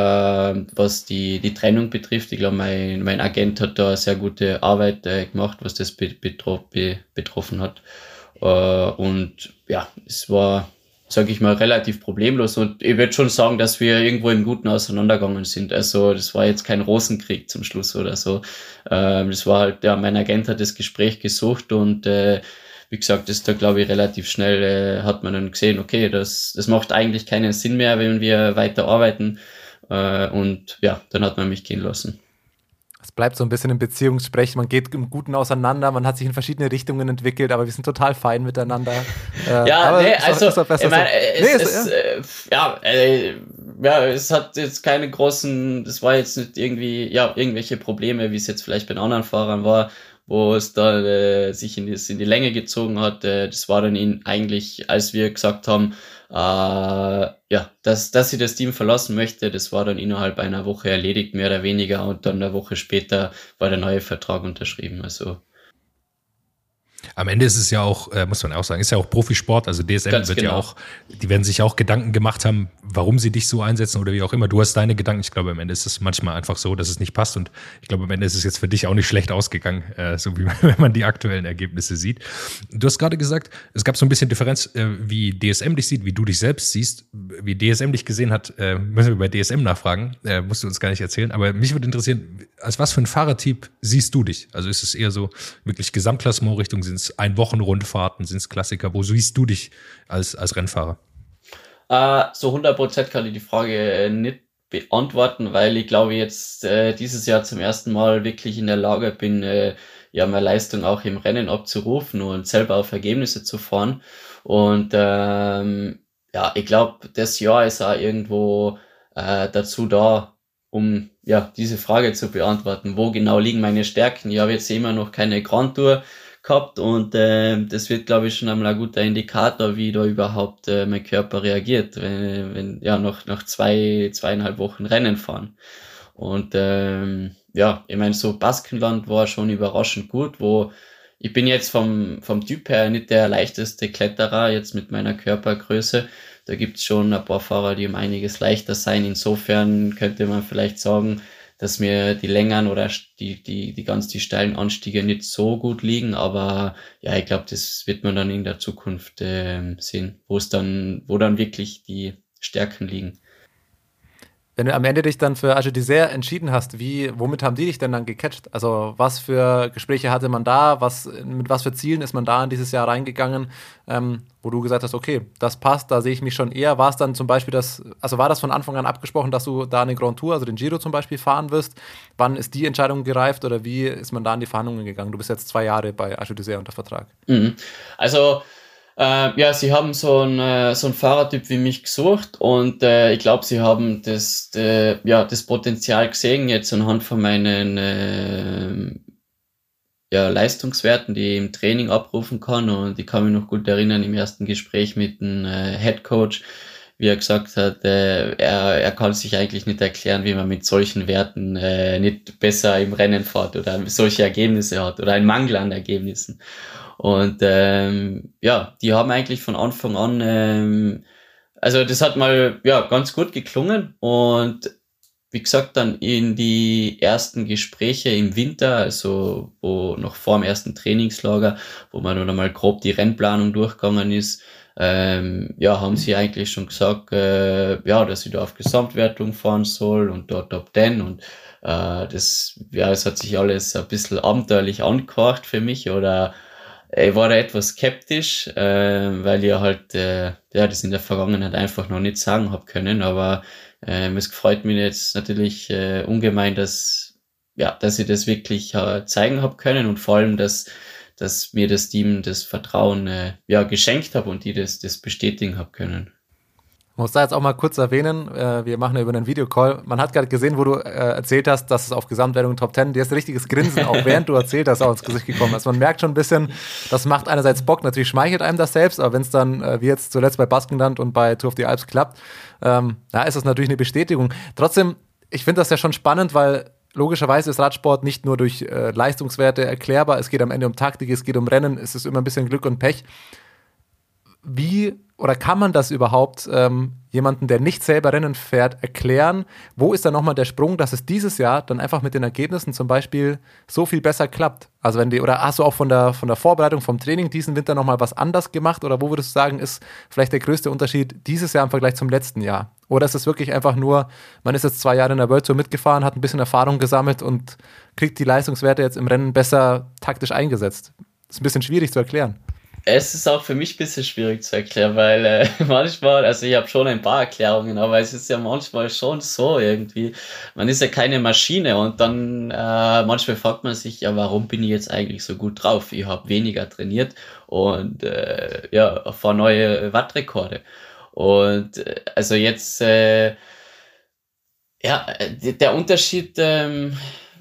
was die die Trennung betrifft. Ich glaube, mein mein Agent hat da sehr gute Arbeit äh, gemacht, was das be, betro, be, betroffen hat. Äh, und ja, es war, sage ich mal, relativ problemlos. Und ich würde schon sagen, dass wir irgendwo im Guten auseinandergegangen sind. Also das war jetzt kein Rosenkrieg zum Schluss oder so. Äh, das war halt, ja, mein Agent hat das Gespräch gesucht, und äh, wie gesagt, das ist da, glaube ich, relativ schnell, äh, hat man dann gesehen, okay, das, das macht eigentlich keinen Sinn mehr, wenn wir weiter arbeiten. Äh, und ja, dann hat man mich gehen lassen. Es bleibt so ein bisschen im Beziehungssprech, man geht im Guten auseinander, man hat sich in verschiedene Richtungen entwickelt, aber wir sind total fein miteinander. Äh, ja, nee, ist also, auch, ist ich meine, so. es, nee, es, ist, äh, ja, äh, ja, es hat jetzt keine großen, das war jetzt nicht irgendwie, ja, irgendwelche Probleme, wie es jetzt vielleicht bei anderen Fahrern war, wo es da äh, sich in die, in die Länge gezogen hat. Äh, das war dann ihn eigentlich, als wir gesagt haben, äh, ja, dass, dass sie das Team verlassen möchte, das war dann innerhalb einer Woche erledigt, mehr oder weniger, und dann eine Woche später war der neue Vertrag unterschrieben. Also am Ende ist es ja auch, äh, muss man auch sagen, ist ja auch Profisport, also D S M Ganz wird genau. ja auch, die werden sich auch Gedanken gemacht haben, warum sie dich so einsetzen oder wie auch immer. Du hast deine Gedanken, ich glaube, am Ende ist es manchmal einfach so, dass es nicht passt, und ich glaube, am Ende ist es jetzt für dich auch nicht schlecht ausgegangen, äh, so wie wenn man die aktuellen Ergebnisse sieht. Du hast gerade gesagt, es gab so ein bisschen Differenz, äh, wie D S M dich sieht, wie du dich selbst siehst, wie D S M dich gesehen hat, äh, müssen wir bei D S M nachfragen, äh, musst du uns gar nicht erzählen, aber mich würde interessieren, als was für ein Fahrertyp siehst du dich? Also ist es eher so wirklich Gesamtklassement-Richtung, sind es Ein-Wochen-Rundfahrten, sind es Klassiker, wo siehst du dich als, als Rennfahrer? Äh, so hundert Prozent kann ich die Frage äh, nicht beantworten, weil ich glaube jetzt äh, dieses Jahr zum ersten Mal wirklich in der Lage bin, äh, ja, meine Leistung auch im Rennen abzurufen und selber auf Ergebnisse zu fahren. Und ähm, ja, ich glaube, das Jahr ist auch irgendwo äh, dazu da, um ja diese Frage zu beantworten, wo genau liegen meine Stärken. Ich habe jetzt immer noch keine Grand Tour gehabt und äh, das wird, glaube ich, schon einmal ein guter Indikator, wie da überhaupt äh, mein Körper reagiert, wenn, wenn ja noch nach zwei, zweieinhalb Wochen Rennen fahren. Und ähm, ja, ich meine, so Baskenland war schon überraschend gut, wo ich bin jetzt vom, vom Typ her nicht der leichteste Kletterer, jetzt mit meiner Körpergröße. Da gibt's schon ein paar Fahrer, die um einiges leichter sein. Insofern könnte man vielleicht sagen, dass mir die Längern oder die, die, die ganz die steilen Anstiege nicht so gut liegen. Aber ja, ich glaube, das wird man dann in der Zukunft äh, sehen, wo es dann, wo dann wirklich die Stärken liegen. Wenn du am Ende dich dann für Age d'Isère entschieden hast, wie, womit haben die dich denn dann gecatcht? Also was für Gespräche hatte man da? Was, mit was für Zielen ist man da in dieses Jahr reingegangen, ähm, wo du gesagt hast, okay, das passt, da sehe ich mich schon eher. War es dann zum Beispiel das, also war das von Anfang an abgesprochen, dass du da eine Grand Tour, also den Giro zum Beispiel fahren wirst? Wann ist die Entscheidung gereift oder wie ist man da in die Verhandlungen gegangen? Du bist jetzt zwei Jahre bei Age d'Isère unter Vertrag. Mhm. Also Äh, ja, sie haben so einen äh, so einen Fahrertyp wie mich gesucht und äh, ich glaube, sie haben das äh, ja das Potenzial gesehen jetzt anhand von meinen äh, ja Leistungswerten, die ich im Training abrufen kann. Und ich kann mich noch gut erinnern im ersten Gespräch mit dem äh, Head Coach, wie er gesagt hat, äh, er er kann sich eigentlich nicht erklären, wie man mit solchen Werten äh, nicht besser im Rennen fährt oder solche Ergebnisse hat oder einen Mangel an Ergebnissen. Und ähm, ja, die haben eigentlich von Anfang an, ähm, also das hat mal ja ganz gut geklungen. Und wie gesagt, dann in die ersten Gespräche im Winter, also wo noch vor dem ersten Trainingslager, wo man dann einmal grob die Rennplanung durchgegangen ist, ähm, ja, haben sie eigentlich schon gesagt, äh, ja, dass ich da auf Gesamtwertung fahren soll und dort Top zehn und äh, das, ja, es hat sich alles ein bisschen abenteuerlich angehört für mich oder ich war da etwas skeptisch, äh, weil ich halt äh, ja das in der Vergangenheit einfach noch nicht sagen habe können, aber äh, es freut mich jetzt natürlich äh, ungemein, dass ja dass ich das wirklich äh, zeigen habe können und vor allem, dass dass mir das Team das Vertrauen äh, ja geschenkt habe und die das das bestätigen habe können. Ich muss da jetzt auch mal kurz erwähnen, äh, wir machen ja über einen Videocall. Man hat gerade gesehen, wo du äh, erzählt hast, dass es auf Gesamtwertung Top zehn, dir ist ein richtiges Grinsen, auch während du erzählt hast, auch ins Gesicht gekommen ist. Also man merkt schon ein bisschen, das macht einerseits Bock, natürlich schmeichelt einem das selbst, aber wenn es dann, äh, wie jetzt zuletzt bei Baskenland und bei Tour of the Alps klappt, ähm, da ist das natürlich eine Bestätigung. Trotzdem, ich finde das ja schon spannend, weil logischerweise ist Radsport nicht nur durch äh, Leistungswerte erklärbar, es geht am Ende um Taktik, es geht um Rennen, es ist immer ein bisschen Glück und Pech. Wie oder kann man das überhaupt ähm, jemanden, der nicht selber Rennen fährt, erklären? Wo ist da nochmal der Sprung, dass es dieses Jahr dann einfach mit den Ergebnissen zum Beispiel so viel besser klappt? Also wenn die, oder hast du auch von der, von der Vorbereitung, vom Training diesen Winter nochmal was anders gemacht? Oder wo würdest du sagen, ist vielleicht der größte Unterschied dieses Jahr im Vergleich zum letzten Jahr? Oder ist es wirklich einfach nur, man ist jetzt zwei Jahre in der World Tour mitgefahren, hat ein bisschen Erfahrung gesammelt und kriegt die Leistungswerte jetzt im Rennen besser taktisch eingesetzt? Das ist ein bisschen schwierig zu erklären. Es ist auch für mich ein bisschen schwierig zu erklären, weil äh, manchmal, also ich habe schon ein paar Erklärungen, aber es ist ja manchmal schon so irgendwie, man ist ja keine Maschine und dann äh, manchmal fragt man sich, ja, warum bin ich jetzt eigentlich so gut drauf? Ich habe weniger trainiert und äh, ja, fahre neue Wattrekorde. Und äh, also jetzt, äh, ja, der Unterschied, ähm,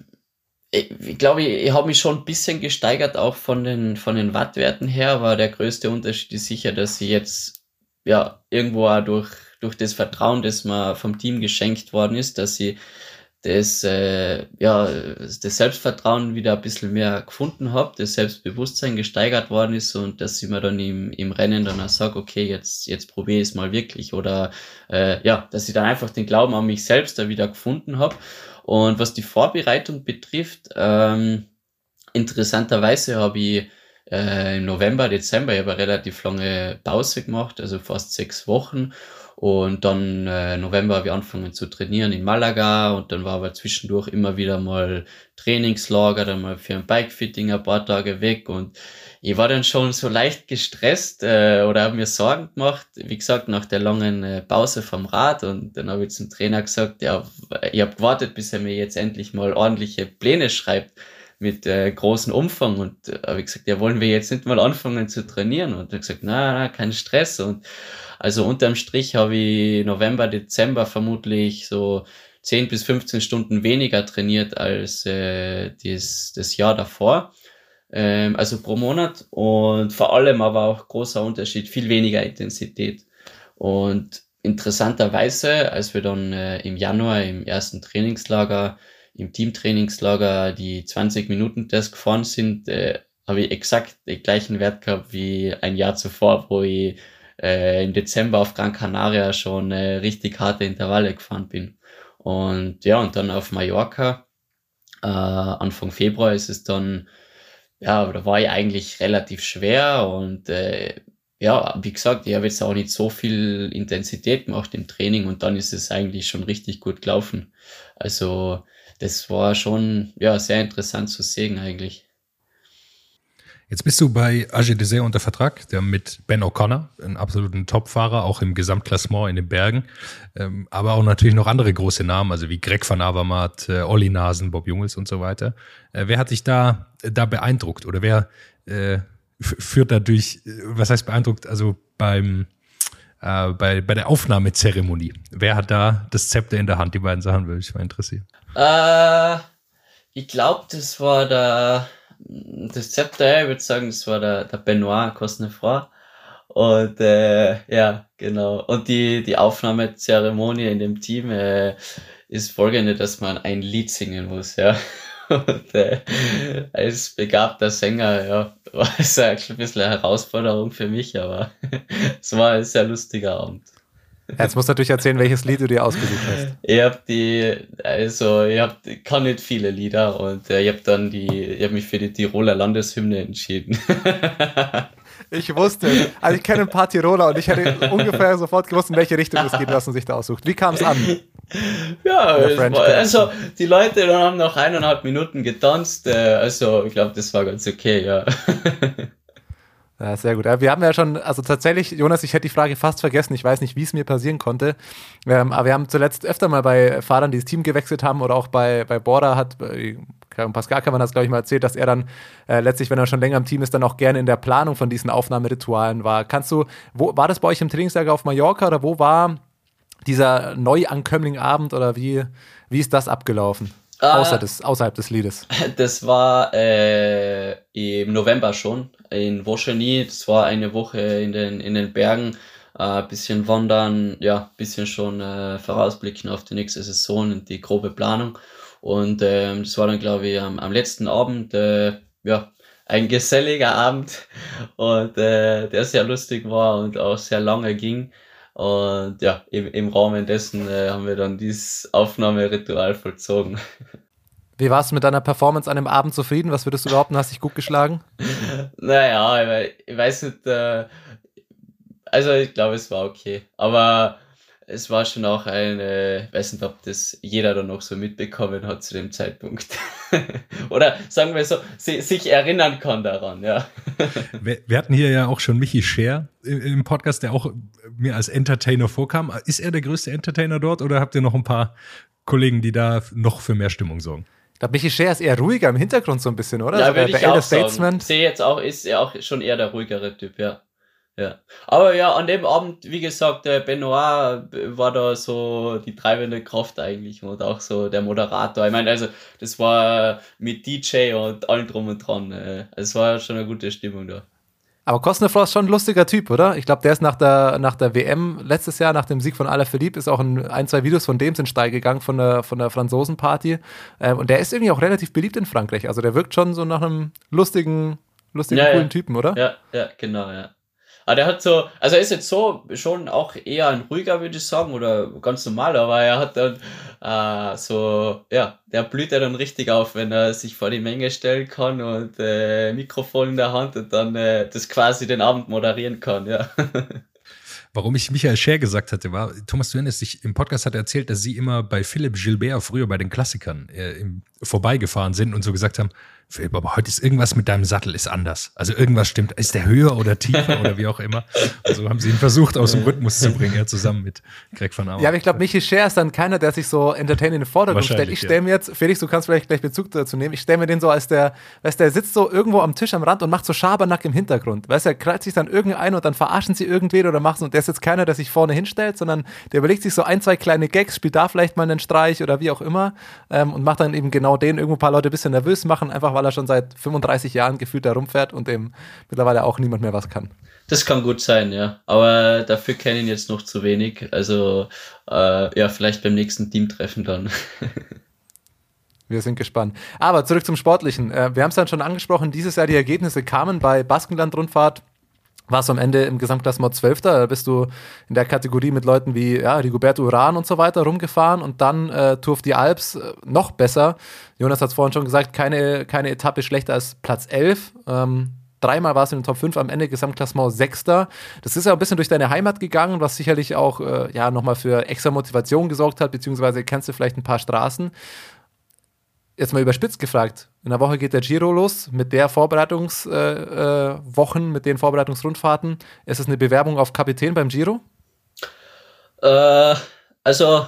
ich glaube, ich, ich habe mich schon ein bisschen gesteigert, auch von den, von den Wattwerten her, aber der größte Unterschied ist sicher, dass ich jetzt ja irgendwo auch durch, durch das Vertrauen, das mir vom Team geschenkt worden ist, dass ich das, äh, ja, das Selbstvertrauen wieder ein bisschen mehr gefunden habe, das Selbstbewusstsein gesteigert worden ist und dass ich mir dann im, im Rennen dann auch sage, okay, jetzt, jetzt probiere ich es mal wirklich oder äh, ja, dass ich dann einfach den Glauben an mich selbst da wieder gefunden habe. Und was die Vorbereitung betrifft, ähm, interessanterweise habe ich äh, im November, Dezember, ich habe eine relativ lange Pause gemacht, also fast sechs Wochen. Und dann äh, November habe ich angefangen zu trainieren in Malaga und dann war aber zwischendurch immer wieder mal Trainingslager, dann mal für ein Bikefitting ein paar Tage weg und ich war dann schon so leicht gestresst äh, oder habe mir Sorgen gemacht, wie gesagt, nach der langen äh, Pause vom Rad und dann habe ich zum Trainer gesagt, ja, ich habe gewartet, bis er mir jetzt endlich mal ordentliche Pläne schreibt mit äh, großem Umfang und äh, habe ich gesagt, ja, wollen wir jetzt nicht mal anfangen zu trainieren und er hat gesagt, na, na, kein Stress und also unterm Strich habe ich November, Dezember vermutlich so zehn bis fünfzehn Stunden weniger trainiert als äh, das, das Jahr davor, ähm, also pro Monat und vor allem aber auch großer Unterschied, viel weniger Intensität und interessanterweise, als wir dann äh, im Januar im ersten Trainingslager, im Teamtrainingslager die zwanzig Minuten Test gefahren sind, äh, habe ich exakt den gleichen Wert gehabt wie ein Jahr zuvor, wo ich äh, im Dezember auf Gran Canaria schon äh, richtig harte Intervalle gefahren bin. Und ja, und dann auf Mallorca, äh, Anfang Februar ist es dann, ja, da war ich eigentlich relativ schwer und äh, ja, wie gesagt, ich habe jetzt auch nicht so viel Intensität gemacht im Training und dann ist es eigentlich schon richtig gut gelaufen. Also das war schon ja sehr interessant zu sehen eigentlich. Jetzt bist du bei A G Dessert unter Vertrag, der mit Ben O'Connor, einen absoluten Topfahrer, auch im Gesamtklassement in den Bergen, ähm, aber auch natürlich noch andere große Namen, also wie Greg van Avermaet, äh, Olli Nasen, Bob Jungels und so weiter. Äh, wer hat dich da, da beeindruckt oder wer äh, f- führt dadurch, was heißt beeindruckt, also beim äh, bei, bei der Aufnahmezeremonie, wer hat da das Zepter in der Hand? Die beiden Sachen würde mich mal interessieren. Äh, ich glaube, das war der das Zepter, ich würde sagen, das war der, der Benoit Cosnefroy. Und äh, ja, genau. Und die, die Aufnahmezeremonie in dem Team äh, ist folgende, dass man ein Lied singen muss, ja. Und äh, als begabter Sänger, ja, war es eigentlich ein bisschen eine Herausforderung für mich, aber es war ein sehr lustiger Abend. Jetzt musst du natürlich erzählen, welches Lied du dir ausgesucht hast. Ich hab die, also ich hab, ich kann nicht viele Lieder und äh, ich hab dann die, ich hab mich für die Tiroler Landeshymne entschieden. Ich wusste, also ich kenne ein paar Tiroler und ich hätte ungefähr sofort gewusst, in welche Richtung es geht, was man sich da aussucht. Wie kam es an? Ja, es war, also die Leute dann haben noch eineinhalb Minuten getanzt, äh, also ich glaube, das war ganz okay, ja. Ja, sehr gut. Ja, wir haben ja schon, also tatsächlich, Jonas, ich hätte die Frage fast vergessen. Ich weiß nicht, wie es mir passieren konnte. Ähm, aber wir haben zuletzt öfter mal bei Fahrern, die das Team gewechselt haben oder auch bei, bei Border hat, bei Pascal kann man das, glaube ich, mal erzählt, dass er dann äh, letztlich, wenn er schon länger im Team ist, dann auch gerne in der Planung von diesen Aufnahmeritualen war. Kannst du, wo war das bei euch im Trainingslager auf Mallorca oder wo war dieser Neuankömmling-Abend oder wie, wie ist das abgelaufen? Uh, Außer des, außerhalb des Liedes. Das war äh, im November schon in Voscheny. Das war eine Woche in den, in den Bergen. Ein äh, bisschen wandern, ja, bisschen schon äh, vorausblicken auf die nächste Saison und die grobe Planung. Und ähm, das war dann, glaube ich, am, am letzten Abend, äh, ja, ein geselliger Abend und äh, der sehr lustig war und auch sehr lange ging. Und ja, im, im Rahmen dessen äh, haben wir dann dieses Aufnahmeritual vollzogen. Wie warst du mit deiner Performance an dem Abend zufrieden? Was würdest du behaupten, hast dich gut geschlagen? Naja, ich, ich weiß nicht, äh, also ich glaube, es war okay. Aber es war schon auch ein, äh, ich weiß nicht, ob das jeder dann noch so mitbekommen hat zu dem Zeitpunkt. Oder sagen wir so, si- sich erinnern kann daran, ja. Wir, wir hatten hier ja auch schon Michi Scher im Podcast, der auch mir als Entertainer vorkam. Ist er der größte Entertainer dort oder habt ihr noch ein paar Kollegen, die da noch für mehr Stimmung sorgen? Ich glaube, Michi Scher ist eher ruhiger im Hintergrund so ein bisschen, oder? Ja, so würde der, ich der auch Elder sagen. Statesman. Ich sehe jetzt auch, ist er auch schon eher der ruhigere Typ, ja. Ja. Aber ja, an dem Abend, wie gesagt, der Benoit war da so die treibende Kraft eigentlich und auch so der Moderator. Ich meine, also das war mit D J und allem drum und dran. äh, Es war schon eine gute Stimmung da. Aber Cosnefroy ist schon ein lustiger Typ, oder? Ich glaube, der ist nach der, nach der W M letztes Jahr, nach dem Sieg von Alaphilippe, ist auch in ein, zwei Videos von dem sind steil gegangen, von der, von der Franzosenparty. Ähm, und der ist irgendwie auch relativ beliebt in Frankreich. Also der wirkt schon so nach einem lustigen, lustigen, Ja, coolen ja. Typen, oder? Ja, ja, genau, ja. Aber der hat so, also er ist jetzt so schon auch eher ein ruhiger, würde ich sagen, oder ganz normal, aber er hat dann äh, so, ja, der blüht ja dann richtig auf, wenn er sich vor die Menge stellen kann und äh, Mikrofon in der Hand und dann äh, das quasi den Abend moderieren kann, ja. warum ich Michael Scher gesagt hatte, war, Thomas, du erinnerst dich, im Podcast hat er erzählt, dass sie immer bei Philipp Gilbert früher bei den Klassikern äh, im, vorbeigefahren sind und so gesagt haben, Philipp, aber heute ist irgendwas mit deinem Sattel ist anders. Also irgendwas stimmt. Ist der höher oder tiefer oder wie auch immer? Also haben sie ihn versucht, aus dem Rhythmus zu bringen, ja, zusammen mit Greg van Auer. Ja, aber ich glaube, Michi Scher ist dann keiner, der sich so entertaining in den Vordergrund stellt. Ich stelle mir jetzt, Felix, du kannst vielleicht gleich Bezug dazu nehmen, ich stelle mir den so als der, weißt der sitzt so irgendwo am Tisch am Rand und macht so Schabernack im Hintergrund. Weißt du, er kreuzt sich dann irgendein und dann verarschen sie irgendwen oder machen und der ist jetzt keiner, der sich vorne hinstellt, sondern der überlegt sich so ein, zwei kleine Gags, spielt da vielleicht mal einen Streich oder wie auch immer ähm, und macht dann eben genau den, irgendwo ein paar Leute ein bisschen nervös machen, einfach weil er schon seit fünfunddreißig Jahren gefühlt da rumfährt und dem mittlerweile auch niemand mehr was kann. Das kann gut sein, ja. Aber dafür kenne ich ihn jetzt noch zu wenig. Also, äh, ja, vielleicht beim nächsten Teamtreffen dann. Wir sind gespannt. Aber zurück zum Sportlichen. Äh, wir haben es dann schon angesprochen, dieses Jahr die Ergebnisse kamen bei Baskenland-Rundfahrt. Warst du am Ende im Gesamtklassement Zwölfter, da bist du in der Kategorie mit Leuten wie ja, Rigoberto Urán und so weiter rumgefahren und dann äh, Tour of the Alps äh, noch besser. Jonas hat es vorhin schon gesagt, keine, keine Etappe schlechter als Platz elf. Ähm, dreimal warst du in den Top fünf, am Ende Gesamtklassement Sechster. Das ist ja ein bisschen durch deine Heimat gegangen, was sicherlich auch äh, ja, nochmal für extra Motivation gesorgt hat, beziehungsweise kennst du vielleicht ein paar Straßen. Jetzt mal überspitzt gefragt, in der Woche geht der Giro los mit der Vorbereitungswochen, äh, äh, mit den Vorbereitungsrundfahrten. Ist es eine Bewerbung auf Kapitän beim Giro? Äh, also,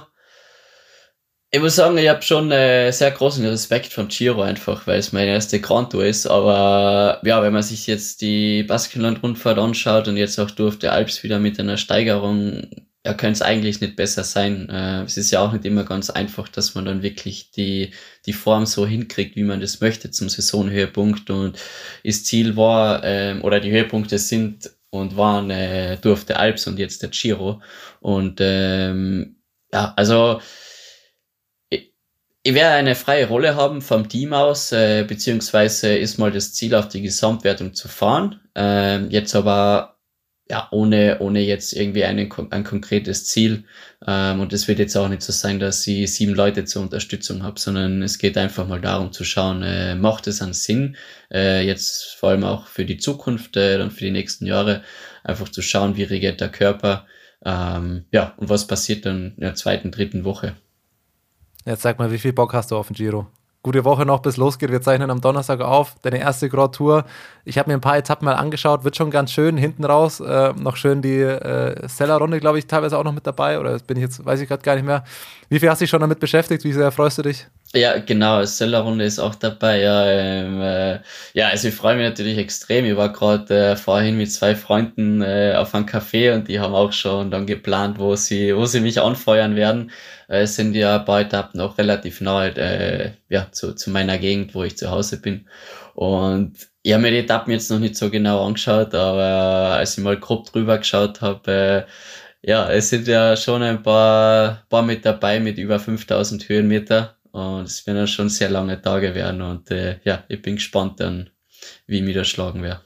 ich muss sagen, ich habe schon äh, sehr großen Respekt vom Giro einfach, weil es meine erste Grand Tour ist. Aber ja, wenn man sich jetzt die Baskenland-Rundfahrt anschaut und jetzt auch Tour of the Alps wieder mit einer Steigerung, ja, könnte es eigentlich nicht besser sein. Äh, es ist ja auch nicht immer ganz einfach, dass man dann wirklich die die Form so hinkriegt, wie man das möchte zum Saisonhöhepunkt. Und das Ziel war, ähm, oder die Höhepunkte sind und waren äh, Tour of the Alps und jetzt der Giro. Und ähm, ja, also ich, ich werde eine freie Rolle haben vom Team aus, äh, beziehungsweise ist mal das Ziel, auf die Gesamtwertung zu fahren. Ähm, jetzt aber ja, ohne, ohne jetzt irgendwie eine, ein konkretes Ziel. Ähm, und es wird jetzt auch nicht so sein, dass ich sieben Leute zur Unterstützung habe, sondern es geht einfach mal darum zu schauen, äh, macht es einen Sinn, äh, jetzt vor allem auch für die Zukunft, äh, dann für die nächsten Jahre, einfach zu schauen, wie reagiert der Körper, ähm, ja, und was passiert dann in der zweiten, dritten Woche. Jetzt sag mal, wie viel Bock hast du auf den Giro? Gute Woche noch, bis losgeht. Wir zeichnen am Donnerstag auf. Deine erste Grand Tour. Ich habe mir ein paar Etappen mal angeschaut. Wird schon ganz schön. Hinten raus äh, noch schön die äh, Seller-Runde, glaube ich, teilweise auch noch mit dabei. Oder bin ich jetzt, weiß ich gerade gar nicht mehr. Wie viel hast du dich schon damit beschäftigt? Wie sehr freust du dich? Ja, genau. Seller-Runde ist auch dabei. Ja, ähm, äh, ja, also ich freue mich natürlich extrem. Ich war gerade äh, vorhin mit zwei Freunden äh, auf einem Café und die haben auch schon dann geplant, wo sie, wo sie mich anfeuern werden. Es sind ja ein paar Etappen auch relativ nahe äh, ja, zu, zu meiner Gegend, wo ich zu Hause bin. Und ich habe mir die Etappen jetzt noch nicht so genau angeschaut, aber als ich mal grob drüber geschaut habe, äh, ja, es sind ja schon ein paar, paar mit dabei mit über fünftausend Höhenmeter. Und es werden ja schon sehr lange Tage werden. Und äh, ja, ich bin gespannt dann, wie ich mich da schlagen werde.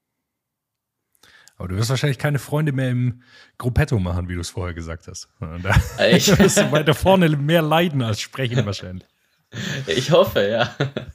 Aber du wirst wahrscheinlich keine Freunde mehr im Gruppetto machen, wie du es vorher gesagt hast. Da ich wirst du weiter vorne mehr leiden als sprechen wahrscheinlich. Ich hoffe, ja.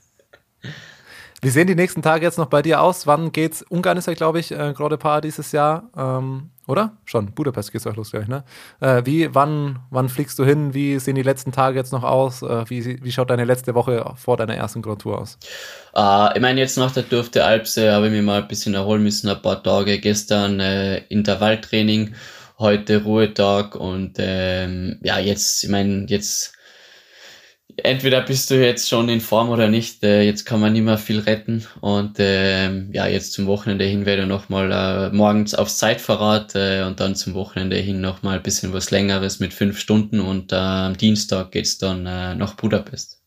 Wie sehen die nächsten Tage jetzt noch bei dir aus? Wann geht's? Ungarn ist ja, glaube ich, äh, Grand Depart dieses Jahr, ähm, oder? Schon, Budapest geht's auch los, glaube ich, ne? Äh, wie, wann, wann fliegst du hin? Wie sehen die letzten Tage jetzt noch aus? Äh, wie, wie schaut deine letzte Woche vor deiner ersten Grand Tour aus? Uh, ich meine, jetzt nach der Tour of the Alps äh, habe ich mich mal ein bisschen erholen müssen, ein paar Tage. Gestern äh, Intervalltraining, heute Ruhetag und ähm, ja, jetzt, ich meine, jetzt entweder bist du jetzt schon in Form oder nicht, äh, jetzt kann man nicht mehr viel retten und ähm, ja, jetzt zum Wochenende hin werde ich nochmal äh, morgens aufs Zeitfahrrad äh, und dann zum Wochenende hin nochmal ein bisschen was Längeres mit fünf Stunden und äh, am Dienstag geht's dann äh, nach Budapest.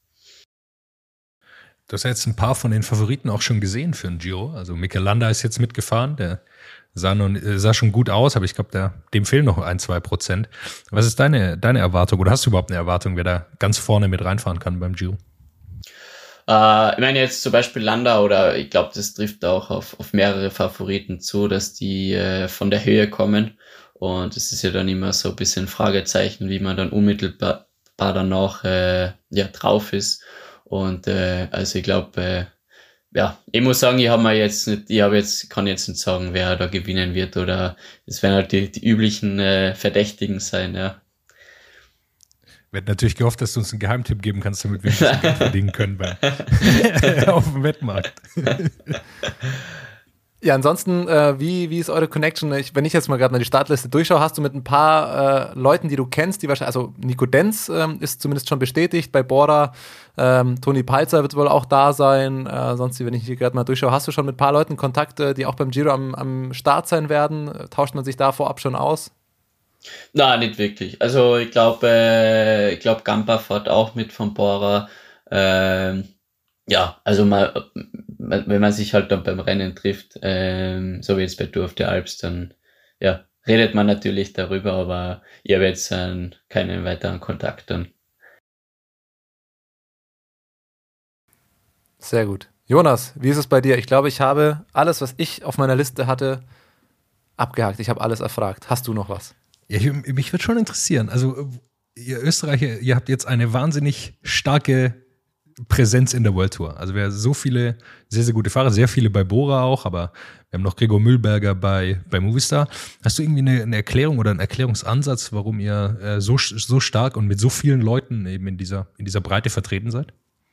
Du hast ja jetzt ein paar von den Favoriten auch schon gesehen für den Giro, also Mikel Landa ist jetzt mitgefahren, der sah, noch, sah schon gut aus, aber ich glaube, dem fehlen noch ein, zwei Prozent. Was ist deine, deine Erwartung oder hast du überhaupt eine Erwartung, wer da ganz vorne mit reinfahren kann beim Giro? Äh, ich meine jetzt zum Beispiel Landa oder ich glaube, das trifft auch auf, auf mehrere Favoriten zu, dass die äh, von der Höhe kommen und es ist ja dann immer so ein bisschen Fragezeichen, wie man dann unmittelbar danach äh, ja, drauf ist und äh, also ich glaube, äh, ja, ich muss sagen, ich habe mir jetzt nicht, ich habe jetzt, kann jetzt nicht sagen, wer da gewinnen wird, oder es werden halt die, die üblichen äh, Verdächtigen sein, ja. Wir hätten natürlich gehofft, dass du uns einen Geheimtipp geben kannst, damit wir ein bisschen Geld verdienen können bei, auf dem Wettmarkt. Ja, ansonsten, äh, wie, wie ist eure Connection? Ich, wenn ich jetzt mal gerade mal die Startliste durchschaue, hast du mit ein paar äh, Leuten, die du kennst, die wahrscheinlich, also Nico Denz ähm, ist zumindest schon bestätigt, bei Bora, ähm, Toni Palzer wird wohl auch da sein, äh, sonst, wenn ich hier gerade mal durchschaue, hast du schon mit ein paar Leuten Kontakt, äh, die auch beim Giro am, am Start sein werden? Tauscht man sich da vorab schon aus? Nein, nicht wirklich. Also ich glaube, äh, ich glaube, Gampa fährt auch mit von Bora. Ähm, ja, also mal, wenn man sich halt dann beim Rennen trifft, ähm, so wie jetzt bei Tour of the Alps, dann ja, redet man natürlich darüber, aber ich habe jetzt äh, keinen weiteren Kontakt dann. Sehr gut. Jonas, wie ist es bei dir? Ich glaube, ich habe alles, was ich auf meiner Liste hatte, abgehakt. Ich habe alles erfragt. Hast du noch was? Ja, ich, mich würde schon interessieren. Also, ihr Österreicher, ihr habt jetzt eine wahnsinnig starke Präsenz in der World Tour. Also, wir haben so viele sehr, sehr gute Fahrer, sehr viele bei Bora auch, aber wir haben noch Gregor Mühlberger bei, bei Movistar. Hast du irgendwie eine, eine Erklärung oder einen Erklärungsansatz, warum ihr äh, so, so stark und mit so vielen Leuten eben in dieser, in dieser Breite vertreten seid?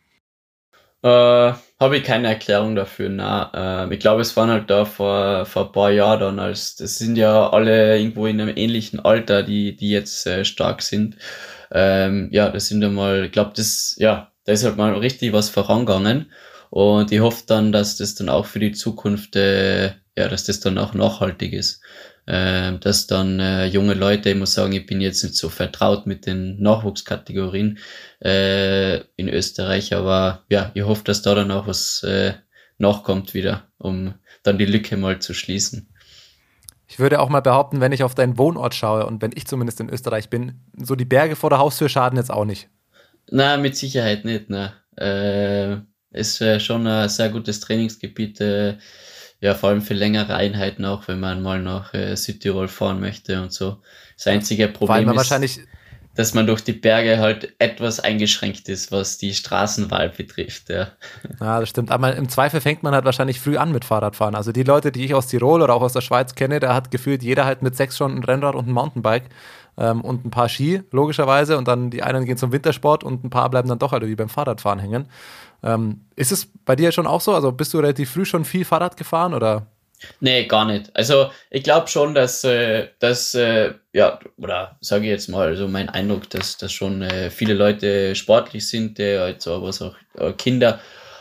Äh, habe ich keine Erklärung dafür, na. Äh, ich glaube, es waren halt da vor, vor ein paar Jahren dann, als, das sind ja alle irgendwo in einem ähnlichen Alter, die, die jetzt äh, stark sind. Ähm, ja, das sind ja mal, ich glaube, das, ja, da ist halt mal richtig was vorangegangen. Und ich hoffe dann, dass das dann auch für die Zukunft, äh, ja, dass das dann auch nachhaltig ist. Ähm, dass dann äh, junge Leute, ich muss sagen, ich bin jetzt nicht so vertraut mit den Nachwuchskategorien äh, in Österreich, aber ja, ich hoffe, dass da dann auch was äh, nachkommt wieder, um dann die Lücke mal zu schließen. Ich würde auch mal behaupten, wenn ich auf deinen Wohnort schaue und wenn ich zumindest in Österreich bin, so die Berge vor der Haustür schaden jetzt auch nicht. Na, mit Sicherheit nicht, ne. Äh, ist äh, schon ein sehr gutes Trainingsgebiet, äh, ja, vor allem für längere Einheiten auch, wenn man mal nach äh, Südtirol fahren möchte und so. Das einzige Problem ist, wahrscheinlich dass man durch die Berge halt etwas eingeschränkt ist, was die Straßenwahl betrifft, ja. Ja, das stimmt. Aber im Zweifel fängt man halt wahrscheinlich früh an mit Fahrradfahren. Also die Leute, die ich aus Tirol oder auch aus der Schweiz kenne, da hat gefühlt jeder halt mit sechs schon ein Rennrad und ein Mountainbike ähm, und ein paar Ski, logischerweise. Und dann die einen gehen zum Wintersport und ein paar bleiben dann doch halt wie beim Fahrradfahren hängen. Ähm, ist es bei dir schon auch so? Also bist du relativ früh schon viel Fahrrad gefahren, oder? Nee, gar nicht. Also ich glaube schon, dass, äh, dass äh, ja, oder sage ich jetzt mal, also mein Eindruck, dass, dass schon äh, viele Leute sportlich sind, äh, also was auch äh, Kinder,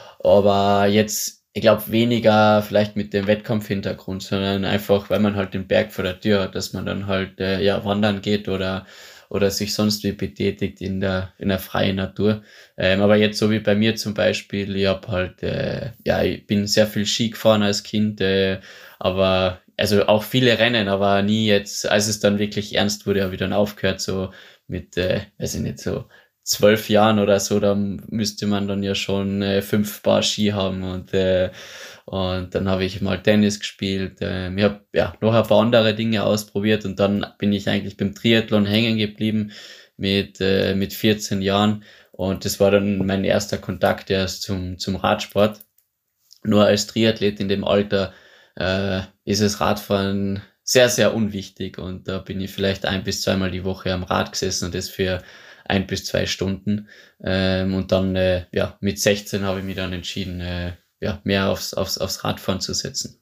aber jetzt, ich glaube, weniger vielleicht mit dem Wettkampfhintergrund, sondern einfach, weil man halt den Berg vor der Tür hat, dass man dann halt äh, ja wandern geht oder oder sich sonst wie betätigt in der in der freien Natur. Ähm, aber jetzt so wie bei mir zum Beispiel, ich habe halt, äh, ja, ich bin sehr viel Ski gefahren als Kind, äh, aber, also auch viele Rennen, aber nie jetzt, als es dann wirklich ernst wurde, habe ich dann aufgehört, so mit, äh, weiß ich nicht, so zwölf Jahren oder so, da müsste man dann ja schon äh, fünf Paar Ski haben und äh, und dann habe ich mal Tennis gespielt. Ähm, ich habe ja noch ein paar andere Dinge ausprobiert und dann bin ich eigentlich beim Triathlon hängen geblieben mit äh, mit vierzehn Jahren und das war dann mein erster Kontakt erst zum zum Radsport. Nur als Triathlet in dem Alter äh, ist das Radfahren sehr, sehr unwichtig und da bin ich vielleicht ein bis zweimal die Woche am Rad gesessen und das für ein bis zwei Stunden. Ähm, und dann, äh, ja, mit sechzehn habe ich mich dann entschieden, äh, ja, mehr aufs, aufs, aufs Radfahren zu setzen.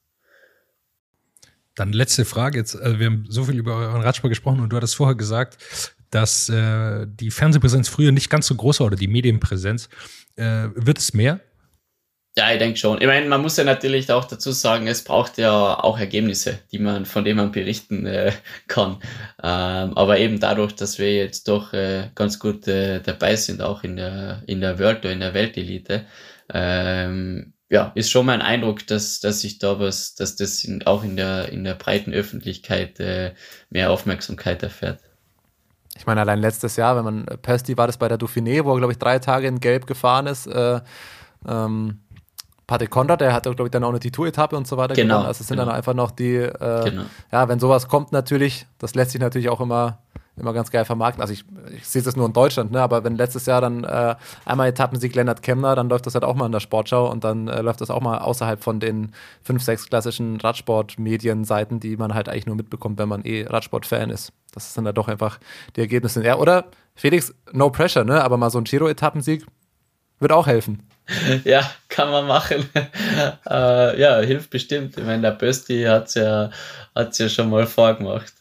Dann letzte Frage. Jetzt, also wir haben so viel über euren Radsport gesprochen und du hattest vorher gesagt, dass äh, die Fernsehpräsenz früher nicht ganz so groß war oder die Medienpräsenz. Äh, wird es mehr? Ja, ich denke schon. Ich meine, man muss ja natürlich auch dazu sagen, es braucht ja auch Ergebnisse, die man, von denen man berichten äh, kann. Ähm, aber eben dadurch, dass wir jetzt doch äh, ganz gut äh, dabei sind, auch in der in der World Tour, in der Weltelite, ähm, ja, ist schon mein Eindruck, dass dass ich da was, dass das in, auch in der in der breiten Öffentlichkeit äh, mehr Aufmerksamkeit erfährt. Ich meine, allein letztes Jahr, wenn man, Pösti war das bei der Dauphiné, wo er, glaube ich, drei Tage in Gelb gefahren ist, äh, ähm, Patrick Konrad, der hat, glaube ich, dann auch noch die Tour-Etappe und so weiter genau, gewonnen. Also es sind genau. dann einfach noch die, äh, Genau. ja, wenn sowas kommt natürlich, das lässt sich natürlich auch immer immer ganz geil vermarkten. Also ich, ich sehe das nur in Deutschland, ne? Aber wenn letztes Jahr dann äh, einmal Etappensieg Lennart Kemner, dann läuft das halt auch mal in der Sportschau und dann äh, läuft das auch mal außerhalb von den fünf, sechs klassischen Radsport-Medienseiten, die man halt eigentlich nur mitbekommt, wenn man eh Radsport-Fan ist. Das ist dann da doch einfach die Ergebnisse. Ja, oder Felix, no pressure, ne? Aber mal so ein Giro-Etappensieg wird auch helfen. Ja, kann man machen. äh, ja, hilft bestimmt. Ich meine, der Bösti hat es ja, hat's ja schon mal vorgemacht.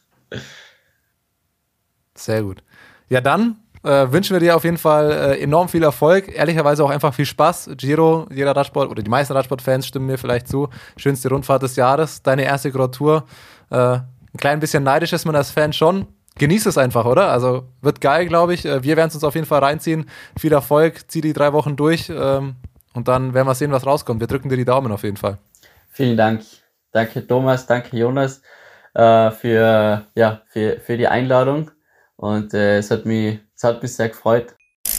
Sehr gut. Ja, dann äh, wünschen wir dir auf jeden Fall äh, enorm viel Erfolg. Ehrlicherweise auch einfach viel Spaß. Giro, jeder Radsport oder die meisten Radsportfans stimmen mir vielleicht zu. Schönste Rundfahrt des Jahres, deine erste Grand Tour. Äh, ein klein bisschen neidisch ist man als Fan schon. Genieß es einfach, oder? Also wird geil, glaube ich. Wir werden es uns auf jeden Fall reinziehen. Viel Erfolg, zieh die drei Wochen durch ähm, und dann werden wir sehen, was rauskommt. Wir drücken dir die Daumen auf jeden Fall. Vielen Dank. Danke Thomas, danke Jonas äh, für, ja, für, für die Einladung. Und äh, es hat mich, es hat mich sehr gefreut.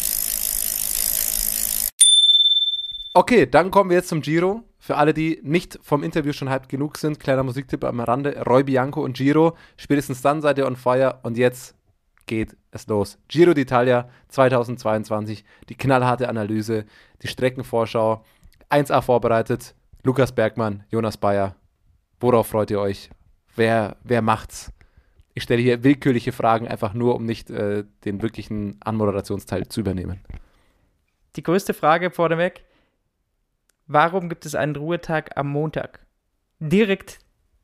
Okay, dann kommen wir jetzt zum Giro. Für alle, die nicht vom Interview schon hyped genug sind, kleiner Musiktipp am Rande, Roy Bianco und Giro. Spätestens dann seid ihr on fire und jetzt geht es los. Giro d'Italia zweitausendzweiundzwanzig, die knallharte Analyse, die Streckenvorschau, eins A vorbereitet. Lukas Bergmann, Jonas Bayer, worauf freut ihr euch? Wer, wer macht's? Ich stelle hier willkürliche Fragen, einfach nur, um nicht äh, den wirklichen Anmoderationsteil zu übernehmen. Die größte Frage vorneweg: Warum gibt es einen Ruhetag am Montag? Direkt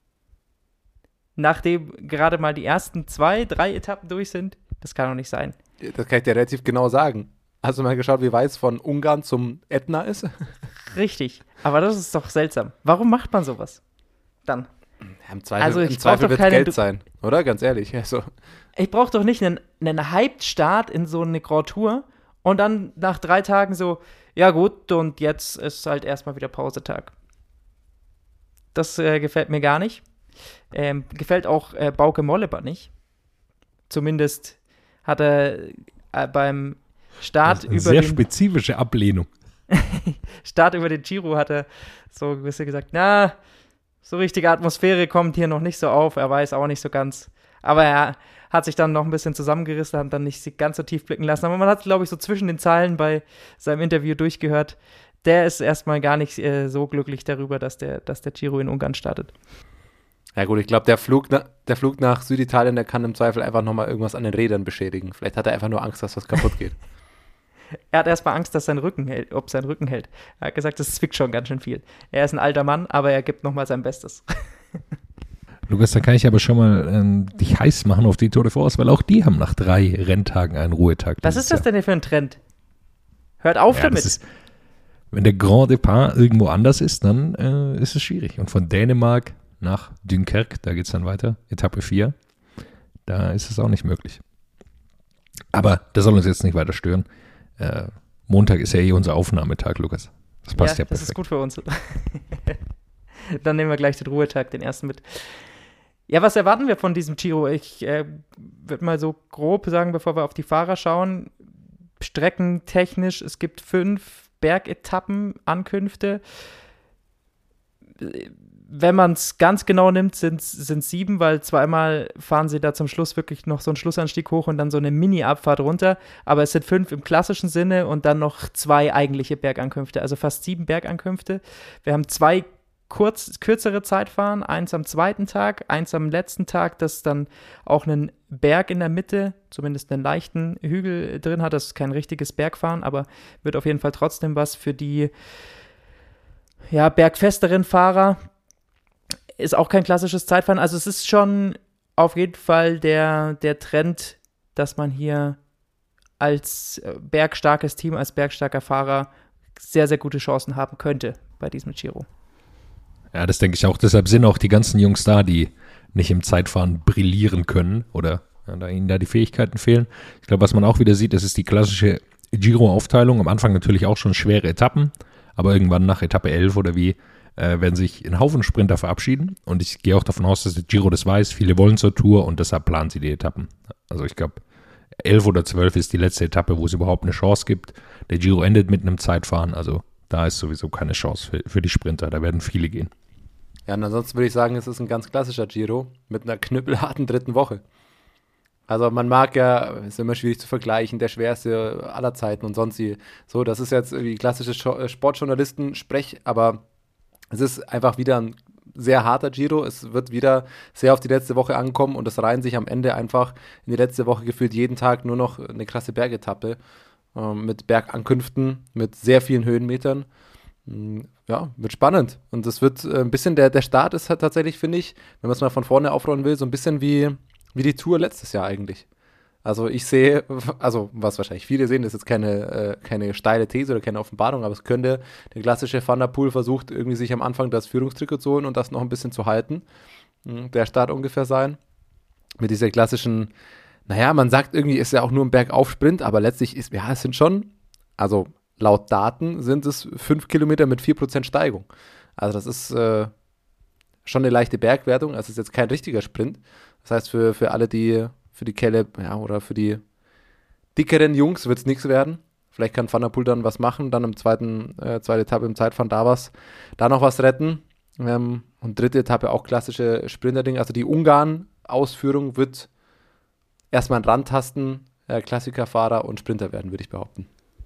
nachdem gerade mal die ersten zwei, drei Etappen durch sind? Das kann doch nicht sein. Das kann ich dir relativ genau sagen. Hast du mal geschaut, wie weit es von Ungarn zum Ätna ist? Richtig, aber das ist doch seltsam. Warum macht man sowas dann? Ja, Im Zweifel, Also ich im Zweifel brauch doch wird es keine Geld Du- sein, oder? Ganz ehrlich. Also, Ich brauche doch nicht einen, einen Hyped-Start in so eine Grand Tour und dann nach drei Tagen so, ja gut, und jetzt ist halt erstmal wieder Pausetag. Das äh, gefällt mir gar nicht. Ähm, gefällt auch äh, Bauke Mollema nicht. Zumindest hat er äh, beim Start Das ist eine über sehr den spezifische Ablehnung. Start über den Giro hat er so ein bisschen gesagt, na, so richtige Atmosphäre kommt hier noch nicht so auf, er weiß auch nicht so ganz. Aber er hat sich dann noch ein bisschen zusammengerissen, hat dann nicht ganz so tief blicken lassen. Aber man hat, glaube ich, so zwischen den Zeilen bei seinem Interview durchgehört, der ist erstmal gar nicht äh, so glücklich darüber, dass der, dass der Giro in Ungarn startet. ja gut, ich glaube, der Flug, na, der Flug nach Süditalien, der kann im Zweifel einfach nochmal irgendwas an den Rädern beschädigen. Vielleicht hat er einfach nur Angst, dass was kaputt geht. Er hat erstmal Angst, dass sein Rücken hält, ob sein Rücken hält. Er hat gesagt, das zwickt schon ganz schön viel. Er ist ein alter Mann, aber er gibt nochmal sein Bestes. Lukas, dann kann ich aber schon mal ähm, dich heiß machen auf die Tour de France, weil auch die haben nach drei Renntagen einen Ruhetag. Was ist das denn für ein Trend? Hört auf Ja, damit. das ist, wenn der Grand Départ irgendwo anders ist, dann äh, ist es schwierig. Und von Dänemark nach Dunkerque, da geht es dann weiter, Etappe vier, da ist es auch nicht möglich. Aber das soll uns jetzt nicht weiter stören. Äh, Montag ist ja eh unser Aufnahmetag, Lukas. Das passt ja, ja das perfekt. ist gut für uns. Dann nehmen wir gleich den Ruhetag, den ersten mit. Ja, was erwarten wir von diesem Giro? Ich äh, würde mal so grob sagen, bevor wir auf die Fahrer schauen, streckentechnisch, es gibt fünf Bergetappen-Ankünfte. Wenn man es ganz genau nimmt, sind es sieben, weil zweimal fahren sie da zum Schluss wirklich noch so einen Schlussanstieg hoch und dann so eine Mini-Abfahrt runter. Aber es sind fünf im klassischen Sinne und dann noch zwei eigentliche Bergankünfte, also fast sieben Bergankünfte. Wir haben zwei kurz, kürzere Zeitfahren, eins am zweiten Tag, eins am letzten Tag, das dann auch einen Berg in der Mitte, zumindest einen leichten Hügel drin hat. Das ist kein richtiges Bergfahren, aber wird auf jeden Fall trotzdem was für die ja, bergfesteren Fahrer. Ist auch kein klassisches Zeitfahren. Also es ist schon auf jeden Fall der, der Trend, dass man hier als bergstarkes Team, als bergstarker Fahrer sehr, sehr gute Chancen haben könnte bei diesem Giro. Ja, das denke ich auch. Deshalb sind auch die ganzen Jungs da, die nicht im Zeitfahren brillieren können oder ja, da ihnen da die Fähigkeiten fehlen. Ich glaube, was man auch wieder sieht, das ist die klassische Giro-Aufteilung. Am Anfang natürlich auch schon schwere Etappen, aber irgendwann nach Etappe elf oder wie äh, werden sich ein Haufen Sprinter verabschieden. Und ich gehe auch davon aus, dass der Giro das weiß. Viele wollen zur Tour und deshalb planen sie die Etappen. Also ich glaube, elf oder zwölf ist die letzte Etappe, wo es überhaupt eine Chance gibt. Der Giro endet mit einem Zeitfahren, also da ist sowieso keine Chance für, für die Sprinter. Da werden viele gehen. Ja, und ansonsten würde ich sagen, es ist ein ganz klassischer Giro mit einer knüppelharten dritten Woche. Also man mag ja, ist immer schwierig zu vergleichen, der schwerste aller Zeiten und sonst wie. So, das ist jetzt irgendwie klassisches Sportjournalisten-Sprech, aber es ist einfach wieder ein sehr harter Giro. Es wird wieder sehr auf die letzte Woche ankommen und es reihen sich am Ende einfach in die letzte Woche gefühlt jeden Tag nur noch eine krasse Bergetappe ähm, mit Bergankünften, mit sehr vielen Höhenmetern. Ja, wird spannend. Und es wird äh, ein bisschen, der, der Start ist halt tatsächlich, finde ich, wenn man es mal von vorne aufrollen will, so ein bisschen wie, wie die Tour letztes Jahr eigentlich. Also ich sehe, also was wahrscheinlich viele sehen, das ist jetzt keine, äh, keine steile These oder keine Offenbarung, aber es könnte der klassische Van der Poel versucht, irgendwie sich am Anfang das Führungstrikot zu holen und das noch ein bisschen zu halten. Der Start ungefähr sein. Mit dieser klassischen, naja, man sagt irgendwie, ist ja auch nur ein Bergaufsprint, aber letztlich ist, ja, es sind schon, also laut Daten sind es fünf Kilometer mit vier Prozent Steigung. Also das ist äh, schon eine leichte Bergwertung, also es ist jetzt kein richtiger Sprint. Das heißt, für, für alle, die, für die Kelle, ja, oder für die dickeren Jungs wird es nichts werden. Vielleicht kann Van der Poel dann was machen, dann im zweiten, äh, zweite Etappe im Zeitfahren da was, da noch was retten. Ähm, und dritte Etappe auch klassische Sprinter-Ding. Also die Ungarn-Ausführung wird erstmal ein Randtasten, äh, Klassikerfahrer und Sprinter werden, würde ich behaupten.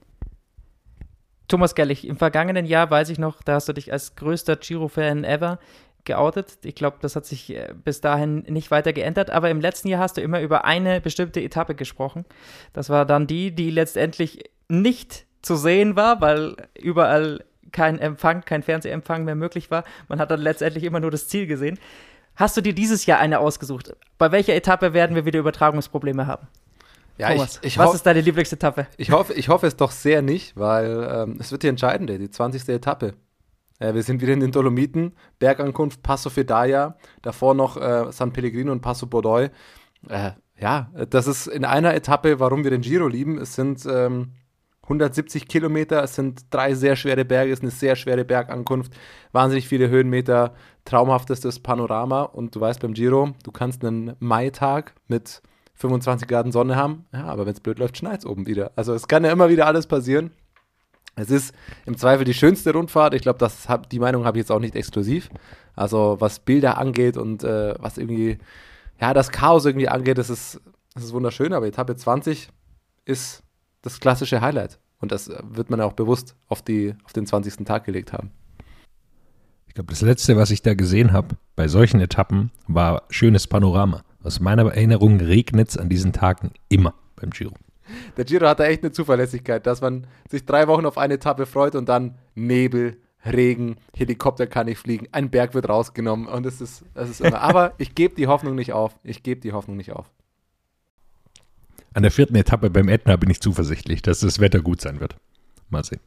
Thomas Gerlich, im vergangenen Jahr weiß ich noch, da hast du dich als größter Giro-Fan ever geoutet. Ich glaube, das hat sich bis dahin nicht weiter geändert, aber im letzten Jahr hast du immer über eine bestimmte Etappe gesprochen. Das war dann die, die letztendlich nicht zu sehen war, weil überall kein Empfang, kein Fernsehempfang mehr möglich war. Man hat dann letztendlich immer nur das Ziel gesehen. Hast du dir dieses Jahr eine ausgesucht? Bei welcher Etappe werden wir wieder Übertragungsprobleme haben? Ja, Thomas, ich, ich was hoff, ist deine Lieblingsetappe? Ich hoffe, ich hoffe es doch sehr nicht, weil ähm, es wird die entscheidende, die zwanzigste Etappe. Äh, wir sind wieder in den Dolomiten, Bergankunft Passo Fedaya, davor noch äh, San Pellegrino und Passo Bodoi. Äh, ja, das ist in einer Etappe, warum wir den Giro lieben. Es sind ähm, hundertsiebzig Kilometer, es sind drei sehr schwere Berge, es ist eine sehr schwere Bergankunft, wahnsinnig viele Höhenmeter, traumhaftestes Panorama. Und du weißt beim Giro, du kannst einen Maitag mit fünfundzwanzig Grad Sonne haben, ja, aber wenn es blöd läuft, schneit es oben wieder. Also es kann ja immer wieder alles passieren. Es ist im Zweifel die schönste Rundfahrt. Ich glaube, die Meinung habe ich jetzt auch nicht exklusiv. Also was Bilder angeht und äh, was irgendwie, ja, das Chaos irgendwie angeht, das ist, das ist wunderschön, aber Etappe zwanzig ist das klassische Highlight. Und das wird man auch bewusst auf, die, auf den zwanzigsten Tag gelegt haben. Ich glaube, das Letzte, was ich da gesehen habe bei solchen Etappen, war schönes Panorama. Aus meiner Erinnerung regnet es an diesen Tagen immer beim Giro. Der Giro hat da echt eine Zuverlässigkeit, dass man sich drei Wochen auf eine Etappe freut und dann Nebel, Regen, Helikopter kann nicht fliegen, ein Berg wird rausgenommen und es ist, es ist immer. Aber ich gebe die Hoffnung nicht auf. Ich gebe die Hoffnung nicht auf. An der vierten Etappe beim Ätna bin ich zuversichtlich, dass das Wetter gut sein wird. Mal sehen.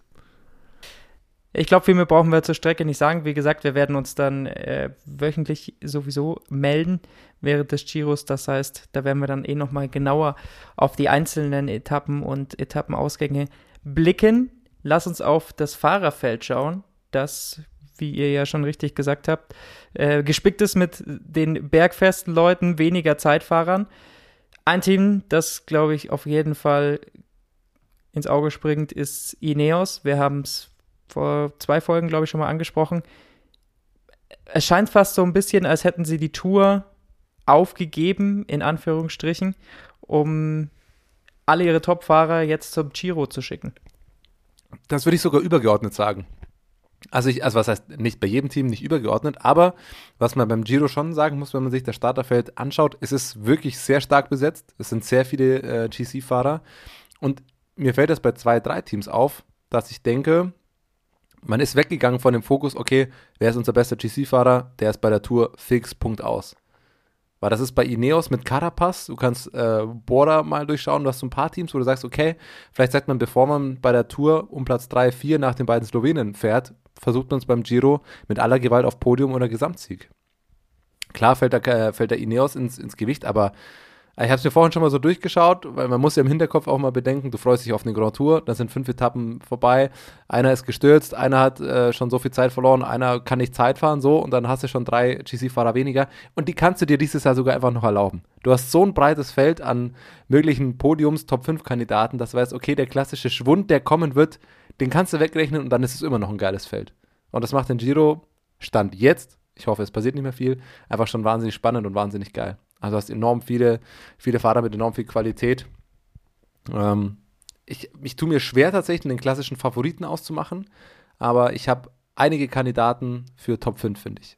Ich glaube, viel mehr brauchen wir zur Strecke nicht sagen. Wie gesagt, wir werden uns dann äh, wöchentlich sowieso melden während des Giros. Das heißt, da werden wir dann eh nochmal genauer auf die einzelnen Etappen und Etappenausgänge blicken. Lass uns auf das Fahrerfeld schauen, das, wie ihr ja schon richtig gesagt habt, äh, gespickt ist mit den bergfesten Leuten, weniger Zeitfahrern. Ein Team, das, glaube ich, auf jeden Fall ins Auge springt, ist Ineos. Wir haben es vor zwei Folgen, glaube ich, schon mal angesprochen. Es scheint fast so ein bisschen, als hätten sie die Tour aufgegeben, in Anführungsstrichen, um alle ihre Top-Fahrer jetzt zum Giro zu schicken. Das würde ich sogar übergeordnet sagen. Also, ich, also was heißt, nicht bei jedem Team, nicht übergeordnet, aber was man beim Giro schon sagen muss, wenn man sich das Starterfeld anschaut, es ist wirklich sehr stark besetzt. Es sind sehr viele äh, G C-Fahrer und mir fällt das bei zwei, drei Teams auf, dass ich denke, man ist weggegangen von dem Fokus, okay, wer ist unser bester G C-Fahrer, der ist bei der Tour fix, Punkt aus. Weil das ist bei Ineos mit Carapaz, du kannst äh, Bora mal durchschauen, du hast so ein paar Teams, wo du sagst, okay, vielleicht sagt man, bevor man bei der Tour um Platz drei, vier nach den beiden Slowenen fährt, versucht man es beim Giro mit aller Gewalt auf Podium oder Gesamtsieg. Klar fällt der, äh, fällt der Ineos ins, ins Gewicht, aber ich habe es mir vorhin schon mal so durchgeschaut, weil man muss ja im Hinterkopf auch mal bedenken, du freust dich auf eine Grand Tour, dann sind fünf Etappen vorbei, einer ist gestürzt, einer hat äh, schon so viel Zeit verloren, einer kann nicht Zeit fahren, so, und dann hast du schon drei G C-Fahrer weniger und die kannst du dir dieses Jahr sogar einfach noch erlauben. Du hast so ein breites Feld an möglichen Podiums-Top fünf Kandidaten, dass du weißt, okay, der klassische Schwund, der kommen wird, den kannst du wegrechnen und dann ist es immer noch ein geiles Feld. Und das macht den Giro, Stand jetzt, ich hoffe, es passiert nicht mehr viel, einfach schon wahnsinnig spannend und wahnsinnig geil. Also hast enorm viele, viele Fahrer mit enorm viel Qualität. Ähm, ich, ich tue mir schwer tatsächlich, den klassischen Favoriten auszumachen, aber ich habe einige Kandidaten für Top fünf, finde ich.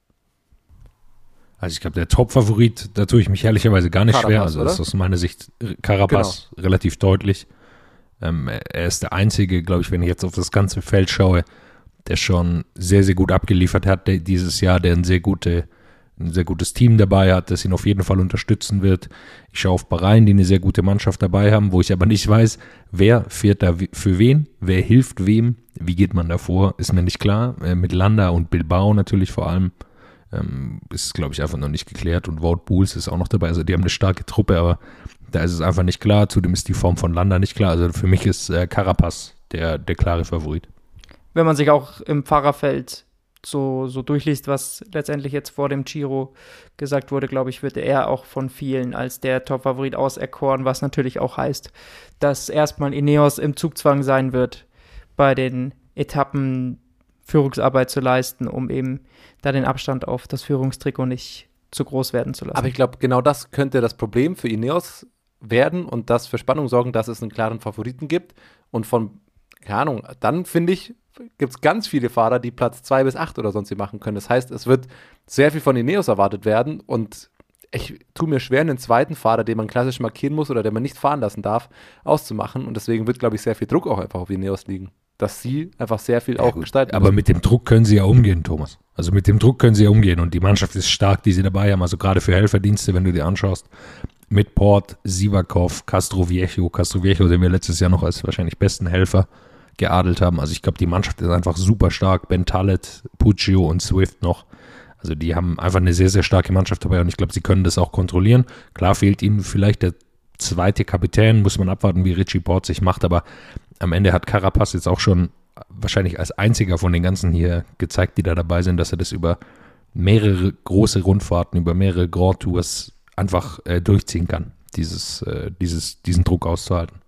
Also ich glaube, der Top-Favorit, da tue ich mich ehrlicherweise gar nicht Carapaz, schwer. Also das ist oder? aus meiner Sicht Carapaz relativ deutlich. Ähm, er ist der Einzige, glaube ich, wenn ich jetzt auf das ganze Feld schaue, der schon sehr, sehr gut abgeliefert hat der, dieses Jahr, der ein sehr, gute, ein sehr gutes Team dabei hat, das ihn auf jeden Fall unterstützen wird. Ich schaue auf Bahrain, die eine sehr gute Mannschaft dabei haben, wo ich aber nicht weiß, wer fährt da für wen, wer hilft wem, wie geht man da vor, ist mir nicht klar. Äh, mit Landa und Bilbao natürlich vor allem. Ähm, ist, glaube ich, einfach noch nicht geklärt und Wout Poels ist auch noch dabei, also die haben eine starke Truppe, aber da ist es einfach nicht klar, zudem ist die Form von Landa nicht klar, also für mich ist äh, Carapaz der, der klare Favorit. Wenn man sich auch im Fahrerfeld so, so durchliest, was letztendlich jetzt vor dem Giro gesagt wurde, glaube ich, wird er auch von vielen als der Top-Favorit auserkoren, was natürlich auch heißt, dass erstmal Ineos im Zugzwang sein wird, bei den Etappen Führungsarbeit zu leisten, um eben da den Abstand auf das Führungstrikot nicht zu groß werden zu lassen. Aber ich glaube, genau das könnte das Problem für Ineos werden und das für Spannung sorgen, dass es einen klaren Favoriten gibt. Und von, keine Ahnung, dann finde ich, gibt es ganz viele Fahrer, die Platz zwei bis acht oder sonst wie machen können. Das heißt, es wird sehr viel von Ineos erwartet werden und ich tue mir schwer, einen zweiten Fahrer, den man klassisch markieren muss oder den man nicht fahren lassen darf, auszumachen. Und deswegen wird, glaube ich, sehr viel Druck auch einfach auf Ineos liegen. Dass sie einfach sehr viel Ja, auch gut, gestalten aber müssen. mit dem Druck können sie ja umgehen, Thomas. Also mit dem Druck können sie ja umgehen und die Mannschaft ist stark, die sie dabei haben. Also gerade für Helferdienste, wenn du dir anschaust, mit Port, Sivakov, Castroviejo, Castroviejo, den wir letztes Jahr noch als wahrscheinlich besten Helfer geadelt haben. Also ich glaube, die Mannschaft ist einfach super stark. Ben Tallet, Puccio und Swift noch. Also die haben einfach eine sehr, sehr starke Mannschaft dabei und ich glaube, sie können das auch kontrollieren. Klar fehlt ihnen vielleicht der zweite Kapitän, muss man abwarten, wie Richie Port sich macht, aber am Ende hat Carapaz jetzt auch schon wahrscheinlich als einziger von den ganzen hier gezeigt, die da dabei sind, dass er das über mehrere große Rundfahrten, über mehrere Grand Tours einfach äh, durchziehen kann, dieses, äh, dieses, diesen Druck auszuhalten.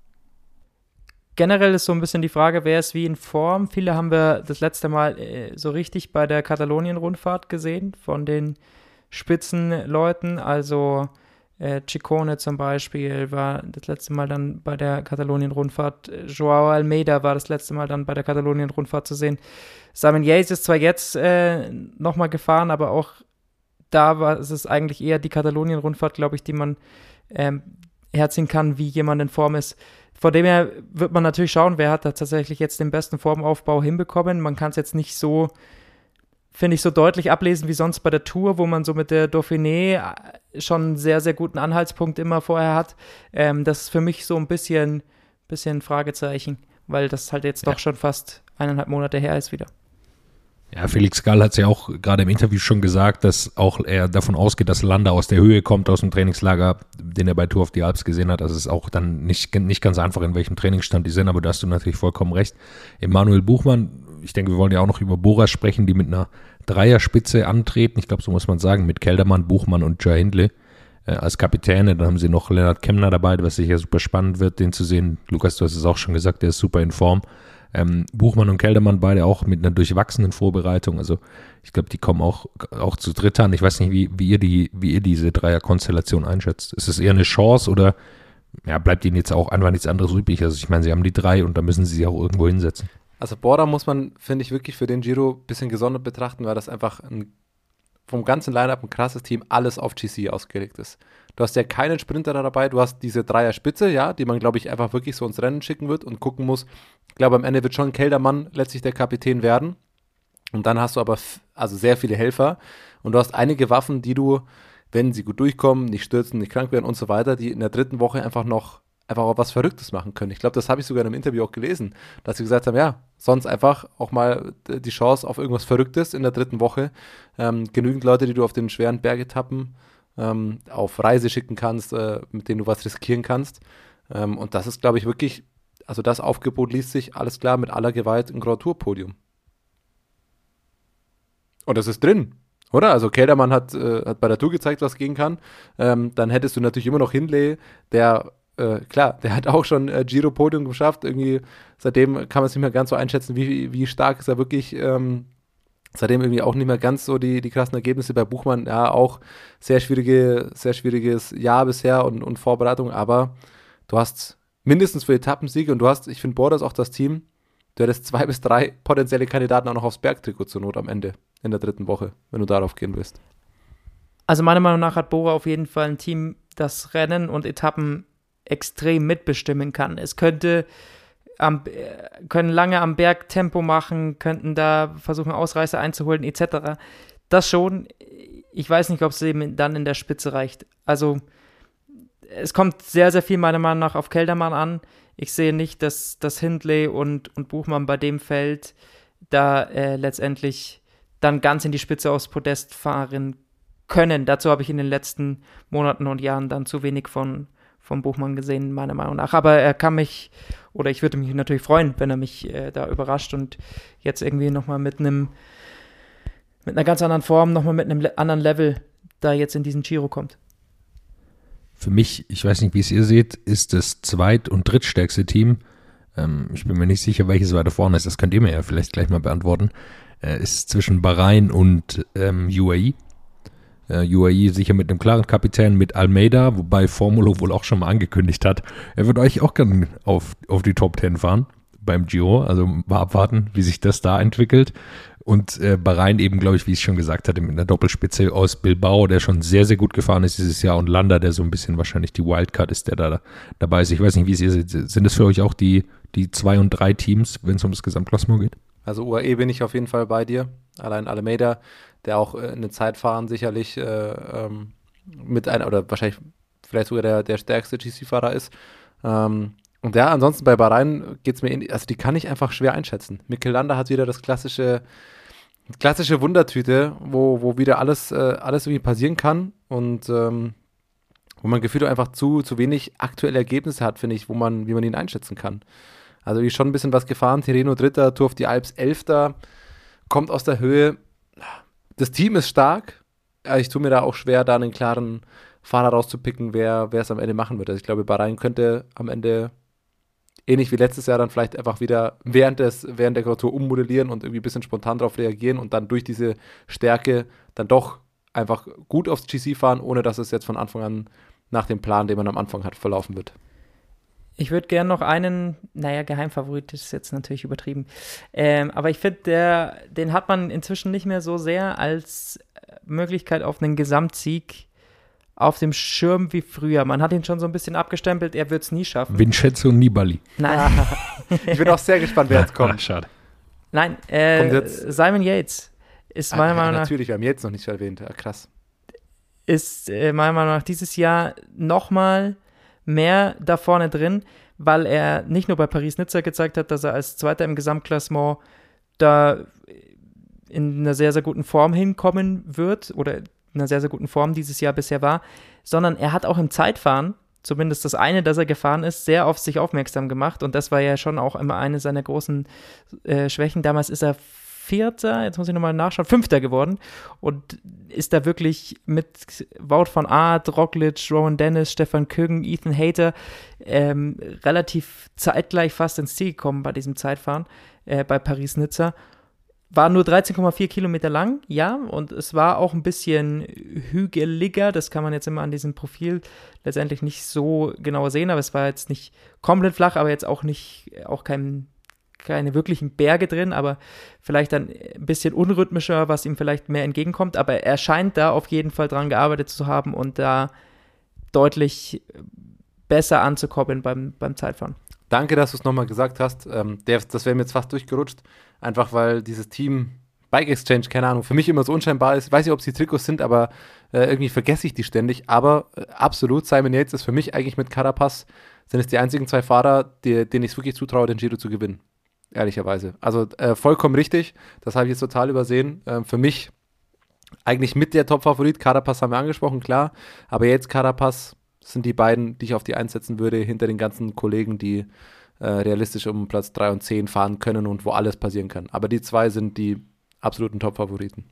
Generell ist so ein bisschen die Frage, wer ist wie in Form. Viele haben wir das letzte Mal äh, so richtig bei der Katalonien-Rundfahrt gesehen, von den Spitzenleuten, also Äh, Ciccone zum Beispiel war das letzte Mal dann bei der Katalonien-Rundfahrt. Joao Almeida war das letzte Mal dann bei der Katalonien-Rundfahrt zu sehen. Simon Yates ist zwar jetzt äh, nochmal gefahren, aber auch da war es ist eigentlich eher die Katalonien-Rundfahrt, glaube ich, die man ähm, herziehen kann, wie jemand in Form ist. Von dem her wird man natürlich schauen, wer hat da tatsächlich jetzt den besten Formaufbau hinbekommen. Man kann es jetzt nicht so, finde ich, so deutlich ablesen wie sonst bei der Tour, wo man so mit der Dauphiné schon einen sehr, sehr guten Anhaltspunkt immer vorher hat. Ähm, das ist für mich so ein bisschen, bisschen Fragezeichen, weil das halt jetzt Ja. doch schon fast eineinhalb Monate her ist wieder. Ja, Felix Gall hat es ja auch gerade im Interview schon gesagt, dass auch er davon ausgeht, dass Landa aus der Höhe kommt, aus dem Trainingslager, den er bei Tour of the Alps gesehen hat. Also es ist auch dann nicht, nicht ganz einfach, in welchem Trainingsstand die sind, aber da hast du natürlich vollkommen recht. Emanuel Buchmann, ich denke, wir wollen ja auch noch über Bora sprechen, die mit einer Dreierspitze antreten. Ich glaube, so muss man sagen, mit Keldermann, Buchmann und Jai Hindley äh, als Kapitäne. Dann haben sie noch Lennart Kemner dabei, was sicher super spannend wird, den zu sehen. Lukas, du hast es auch schon gesagt, der ist super in Form. Ähm, Buchmann und Keldermann beide auch mit einer durchwachsenen Vorbereitung. Also ich glaube, die kommen auch, auch zu dritt an. Ich weiß nicht, wie, wie, ihr die, wie ihr diese Dreierkonstellation einschätzt. Ist es eher eine Chance oder ja, bleibt ihnen jetzt auch einfach nichts anderes übrig? Also ich meine, sie haben die drei und da müssen sie sich auch irgendwo hinsetzen. Also Bora muss man, finde ich, wirklich für den Giro ein bisschen gesondert betrachten, weil das einfach ein, vom ganzen Line-Up ein krasses Team, alles auf G C ausgelegt ist. Du hast ja keinen Sprinter da dabei, du hast diese Dreier-Spitze, ja, die man, glaube ich, einfach wirklich so ins Rennen schicken wird und gucken muss. Ich glaube, am Ende wird schon Keldermann letztlich der Kapitän werden. Und dann hast du aber f- also sehr viele Helfer und du hast einige Waffen, die du, wenn sie gut durchkommen, nicht stürzen, nicht krank werden und so weiter, die in der dritten Woche einfach noch einfach auch was Verrücktes machen können. Ich glaube, das habe ich sogar in einem Interview auch gelesen, dass sie gesagt haben, ja, sonst einfach auch mal die Chance auf irgendwas Verrücktes in der dritten Woche. Ähm, genügend Leute, die du auf den schweren Bergetappen ähm, auf Reise schicken kannst, äh, mit denen du was riskieren kannst. Ähm, und das ist, glaube ich, wirklich, also das Aufgebot liest sich, alles klar, mit aller Gewalt ein Grand Tour Podium. Und das ist drin, oder? Also Keldermann hat, äh, hat bei der Tour gezeigt, was gehen kann. Ähm, dann hättest du natürlich immer noch Hindley, der Äh, klar, der hat auch schon äh, Giro-Podium geschafft. Irgendwie seitdem kann man es nicht mehr ganz so einschätzen, wie, wie stark ist er wirklich ähm, Seitdem irgendwie auch nicht mehr ganz so die, die krassen Ergebnisse bei Buchmann. Ja, auch sehr schwierige, sehr schwieriges Jahr bisher und, und Vorbereitung, aber du hast mindestens für Etappensiege und du hast, ich finde, Borders auch das Team, du hättest zwei bis drei potenzielle Kandidaten auch noch aufs Bergtrikot zur Not am Ende in der dritten Woche, wenn du darauf gehen willst. Also meiner Meinung nach hat Bora auf jeden Fall ein Team, das Rennen und Etappen extrem mitbestimmen kann. Es könnte am, können lange am Berg Tempo machen, könnten da versuchen, Ausreißer einzuholen, et cetera. Das schon. Ich weiß nicht, ob es eben dann in der Spitze reicht. Also es kommt sehr, sehr viel meiner Meinung nach auf Kelderman an. Ich sehe nicht, dass, dass Hindley und, und Buchmann bei dem Feld da äh, letztendlich dann ganz in die Spitze aufs Podest fahren können. Dazu habe ich in den letzten Monaten und Jahren dann zu wenig von, von Buchmann gesehen, meiner Meinung nach. Aber er kann mich, oder ich würde mich natürlich freuen, wenn er mich äh, da überrascht und jetzt irgendwie nochmal mit einem, mit einer ganz anderen Form, nochmal mit einem le- anderen Level da jetzt in diesen Giro kommt. Für mich, ich weiß nicht, wie es ihr seht, ist das zweit- und drittstärkste Team, ähm, ich bin mir nicht sicher, welches weiter vorne ist, das könnt ihr mir ja vielleicht gleich mal beantworten, äh, ist zwischen Bahrain und ähm, U A E. Äh, U A E sicher mit einem klaren Kapitän, mit Almeida, wobei Formulo wohl auch schon mal angekündigt hat, er wird euch auch gerne auf, auf die Top Ten fahren beim Giro, also mal abwarten, wie sich das da entwickelt. Und äh, Bahrain eben, glaube ich, wie ich schon gesagt hatte, mit einer Doppelspitze aus Bilbao, der schon sehr, sehr gut gefahren ist dieses Jahr, und Landa, der so ein bisschen wahrscheinlich die Wildcard ist, der da dabei ist. Ich weiß nicht, wie es ihr seht. Sind das für euch auch die, die zwei und drei Teams, wenn es um das Gesamtklassement geht? Also U A E bin ich auf jeden Fall bei dir. Allein Almeida, der auch äh, in den Zeitfahren sicherlich äh, ähm, mit einer, oder wahrscheinlich vielleicht sogar der, der stärkste G C-Fahrer ist. Ähm, und ja, ansonsten bei Bahrain geht es mir, in, also die kann ich einfach schwer einschätzen. Mikel Landa hat wieder das klassische klassische Wundertüte, wo, wo wieder alles, äh, alles irgendwie passieren kann und ähm, wo man gefühlt einfach zu, zu wenig aktuelle Ergebnisse hat, finde ich, wo man, wie man ihn einschätzen kann. Also die schon ein bisschen was gefahren, Tirreno Dritter, Tour of the Alps Elfter, kommt aus der Höhe. Das Team ist stark, ich tue mir da auch schwer, da einen klaren Fahrer rauszupicken, wer wer es am Ende machen wird. Also ich glaube, Bahrain könnte am Ende ähnlich wie letztes Jahr dann vielleicht einfach wieder während, des, während der Grand Tour ummodellieren und irgendwie ein bisschen spontan darauf reagieren und dann durch diese Stärke dann doch einfach gut aufs G C fahren, ohne dass es jetzt von Anfang an nach dem Plan, den man am Anfang hat, verlaufen wird. Ich würde gerne noch einen, naja, Geheimfavorit ist jetzt natürlich übertrieben, ähm, aber ich finde, den hat man inzwischen nicht mehr so sehr als Möglichkeit auf einen Gesamtsieg auf dem Schirm wie früher. Man hat ihn schon so ein bisschen abgestempelt, er wird es nie schaffen. Vincenzo Nibali. Nein. Ich bin auch sehr gespannt, wer jetzt kommt. Ach, schade. Nein, äh, Kommt jetzt? Simon Yates ist meiner ah, Meinung ja, nach natürlich, wir haben jetzt noch nicht erwähnt. Ja, krass. ist äh, meiner Meinung nach dieses Jahr nochmal mehr da vorne drin, weil er nicht nur bei Paris-Nizza gezeigt hat, dass er als Zweiter im Gesamtklassement da in einer sehr, sehr guten Form hinkommen wird oder in einer sehr, sehr guten Form dieses Jahr bisher war, sondern er hat auch im Zeitfahren, zumindest das eine, das er gefahren ist, sehr auf sich aufmerksam gemacht und das war ja schon auch immer eine seiner großen äh, Schwächen. Damals ist er Vierter, jetzt muss ich nochmal nachschauen, Fünfter geworden und ist da wirklich mit Wout van Aert, Roglic, Rowan Dennis, Stefan Küng, Ethan Hayter ähm, relativ zeitgleich fast ins Ziel gekommen bei diesem Zeitfahren äh, bei Paris-Nizza. War nur dreizehn Komma vier Kilometer lang, ja, und es war auch ein bisschen hügeliger, das kann man jetzt immer an diesem Profil letztendlich nicht so genau sehen, aber es war jetzt nicht komplett flach, aber jetzt auch nicht, auch kein, keine wirklichen Berge drin, aber vielleicht dann ein bisschen unrhythmischer, was ihm vielleicht mehr entgegenkommt, aber er scheint da auf jeden Fall dran gearbeitet zu haben und da deutlich besser anzukommen beim, beim Zeitfahren. Danke, dass du es nochmal gesagt hast. Ähm, der, das wäre mir jetzt fast durchgerutscht. Einfach weil dieses Team Bike Exchange, keine Ahnung, für mich immer so unscheinbar ist. Ich weiß nicht, ob es die Trikots sind, aber äh, irgendwie vergesse ich die ständig. Aber äh, absolut, Simon Yates ist für mich eigentlich mit Carapaz, sind es die einzigen zwei Fahrer, die, denen ich es wirklich zutraue, den Giro zu gewinnen. Ehrlicherweise. Also äh, vollkommen richtig. Das habe ich jetzt total übersehen. Ähm, für mich eigentlich mit der Top-Favorit. Carapaz haben wir angesprochen, klar. Aber jetzt Carapaz sind die beiden, die ich auf die Eins setzen würde, hinter den ganzen Kollegen, die äh, realistisch um Platz drei und zehn fahren können und wo alles passieren kann. Aber die zwei sind die absoluten Top-Favoriten.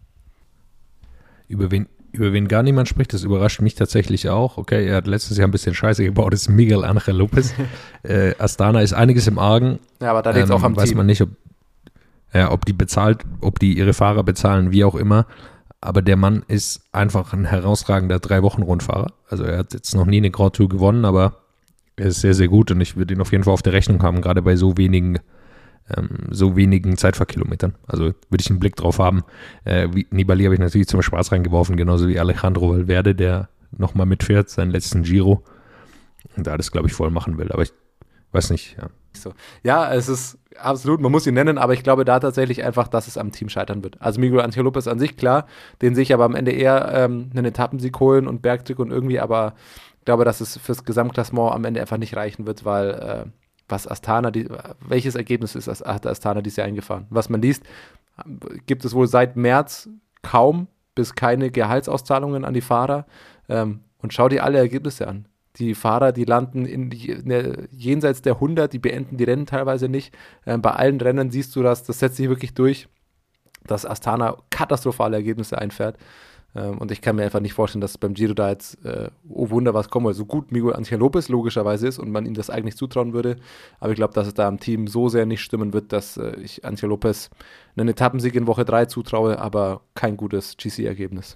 Über wen, über wen gar niemand spricht, das überrascht mich tatsächlich auch. Okay, er hat letztes Jahr ein bisschen Scheiße gebaut, das ist Miguel Ángel López. äh, Astana ist einiges im Argen. Ja, aber da liegt es ähm, auch am weiß Team. Man nicht, ob, Ja, ob die bezahlt, ob die ihre Fahrer bezahlen, wie auch immer. Aber der Mann ist einfach ein herausragender Drei-Wochen-Rundfahrer. Also er hat jetzt noch nie eine Grand Tour gewonnen, aber er ist sehr, sehr gut und ich würde ihn auf jeden Fall auf der Rechnung haben, gerade bei so wenigen, ähm, so wenigen Zeitfahrkilometern. Also würde ich einen Blick drauf haben. Äh, wie, Nibali habe ich natürlich zum Spaß reingeworfen, genauso wie Alejandro Valverde, der nochmal mitfährt, seinen letzten Giro. Und da das, glaube ich, voll machen will. Aber ich weiß nicht, ja. So. Ja, es ist absolut, man muss ihn nennen, aber ich glaube da tatsächlich einfach, dass es am Team scheitern wird. Also Miguel Angel Lopez an sich, klar, den sehe ich aber am Ende eher ähm, einen Etappensieg holen und Bergtrikot und irgendwie, aber ich glaube, dass es fürs Gesamtklassement am Ende einfach nicht reichen wird, weil äh, was Astana, die, welches Ergebnis ist hat Astana dieses Jahr eingefahren? Was man liest, gibt es wohl seit März kaum bis keine Gehaltsauszahlungen an die Fahrer ähm, und schau dir alle Ergebnisse an. Die Fahrer, die landen in, in der, jenseits der hundert, die beenden die Rennen teilweise nicht. Ähm, bei allen Rennen siehst du, dass das setzt sich wirklich durch, dass Astana katastrophale Ergebnisse einfährt. Ähm, und ich kann mir einfach nicht vorstellen, dass beim Giro da jetzt, äh, oh Wunder, was kommt, weil so gut Miguel Angel Lopez logischerweise ist und man ihm das eigentlich zutrauen würde. Aber ich glaube, dass es da am Team so sehr nicht stimmen wird, dass äh, ich Angel Lopez einen Etappensieg in Woche drei zutraue, aber kein gutes G C-Ergebnis.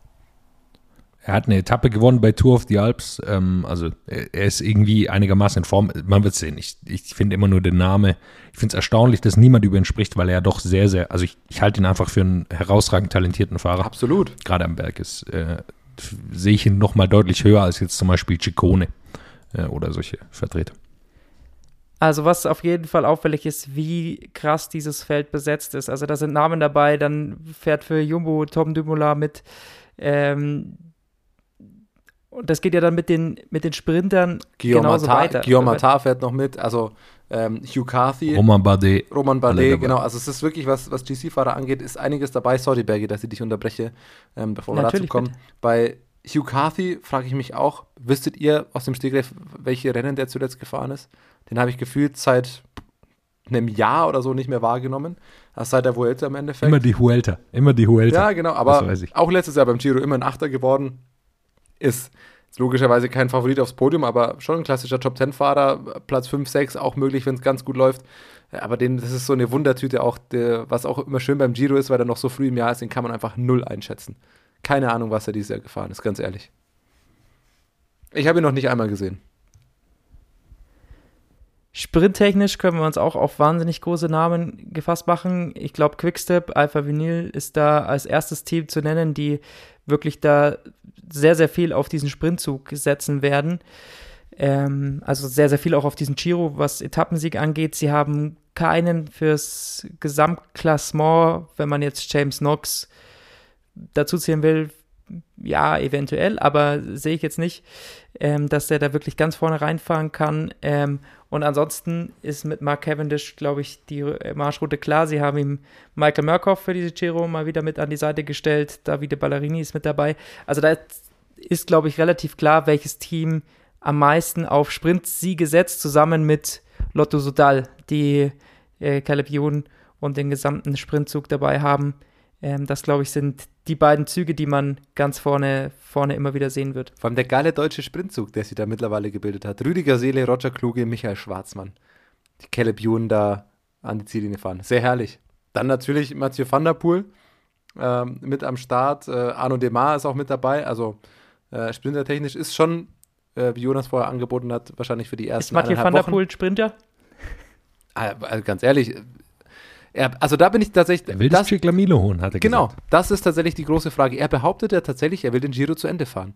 Er hat eine Etappe gewonnen bei Tour of the Alps, ähm, also er, er ist irgendwie einigermaßen in Form, man wird sehen, ich, ich finde immer nur den Namen, ich finde es erstaunlich, dass niemand über ihn spricht, weil er ja doch sehr, sehr, also ich, ich halte ihn einfach für einen herausragend talentierten Fahrer. Absolut. Gerade am Berg ist, äh, sehe ich ihn nochmal deutlich höher als jetzt zum Beispiel Ciccone äh, oder solche Vertreter. Also was auf jeden Fall auffällig ist, wie krass dieses Feld besetzt ist. Also da sind Namen dabei, dann fährt für Jumbo Tom Dumoulin mit, ähm, und das geht ja dann mit den, mit den Sprintern Guillaume genauso Martin, weiter. Guillaume Martin fährt noch mit, also ähm, Hugh Carthy. Romain Bardet. Romain Bardet, genau. Also es ist wirklich, was, was G C-Fahrer angeht, ist einiges dabei. Sorry, Bergi, dass ich dich unterbreche, ähm, bevor wir dazu kommen. Bitte. Bei Hugh Carthy frage ich mich auch, wüsstet ihr aus dem Stegreif, welche Rennen der zuletzt gefahren ist? Den habe ich gefühlt seit einem Jahr oder so nicht mehr wahrgenommen. Also seit der Vuelta im Endeffekt. Immer die Vuelta, immer die Vuelta. Ja, genau, aber auch letztes Jahr beim Giro immer ein Achter geworden. Ist logischerweise kein Favorit aufs Podium, aber schon ein klassischer Top-Zehn-Fahrer, Platz fünf, sechs, auch möglich, wenn es ganz gut läuft. Aber den, das ist so eine Wundertüte auch, der, was auch immer schön beim Giro ist, weil er noch so früh im Jahr ist, den kann man einfach null einschätzen. Keine Ahnung, was er dieses Jahr gefahren ist, ganz ehrlich. Ich habe ihn noch nicht einmal gesehen. Sprinttechnisch können wir uns auch auf wahnsinnig große Namen gefasst machen. Ich glaube, Quickstep, Alpha Vinyl ist da als erstes Team zu nennen, die wirklich da sehr, sehr viel auf diesen Sprintzug setzen werden. Ähm, also sehr, sehr viel auch auf diesen Giro, was Etappensieg angeht. Sie haben keinen fürs Gesamtklassement, wenn man jetzt James Knox dazu zählen will, ja, eventuell, aber sehe ich jetzt nicht, ähm, dass der da wirklich ganz vorne reinfahren kann. Ähm, und ansonsten ist mit Mark Cavendish, glaube ich, die Marschroute klar. Sie haben ihm Michael Murkoff für diese Giro mal wieder mit an die Seite gestellt. Davide Ballerini ist mit dabei. Also da ist, glaube ich, relativ klar, welches Team am meisten auf Sprintsiege setzt, zusammen mit Lotto Soudal, die äh, Caleb Ewan und den gesamten Sprintzug dabei haben. Ähm, das, glaube ich, sind die beiden Züge, die man ganz vorne, vorne immer wieder sehen wird. Vor allem der geile deutsche Sprintzug, der sich da mittlerweile gebildet hat. Rüdiger Seele, Roger Kluge, Michael Schwarzmann. Die Caleb Ewan da an die Ziellinie fahren. Sehr herrlich. Dann natürlich Mathieu van der Poel ähm, mit am Start. Äh, Arnaud Démare ist auch mit dabei. Also äh, sprintertechnisch ist schon, äh, wie Jonas vorher angeboten hat, wahrscheinlich für die ersten Ist Mathieu van der Poel Sprinter? Also ganz ehrlich, er, also da bin ich tatsächlich... Er will das Ciclamino holen, hat er genau, gesagt. Genau, das ist tatsächlich die große Frage. Er behauptet ja tatsächlich, er will den Giro zu Ende fahren.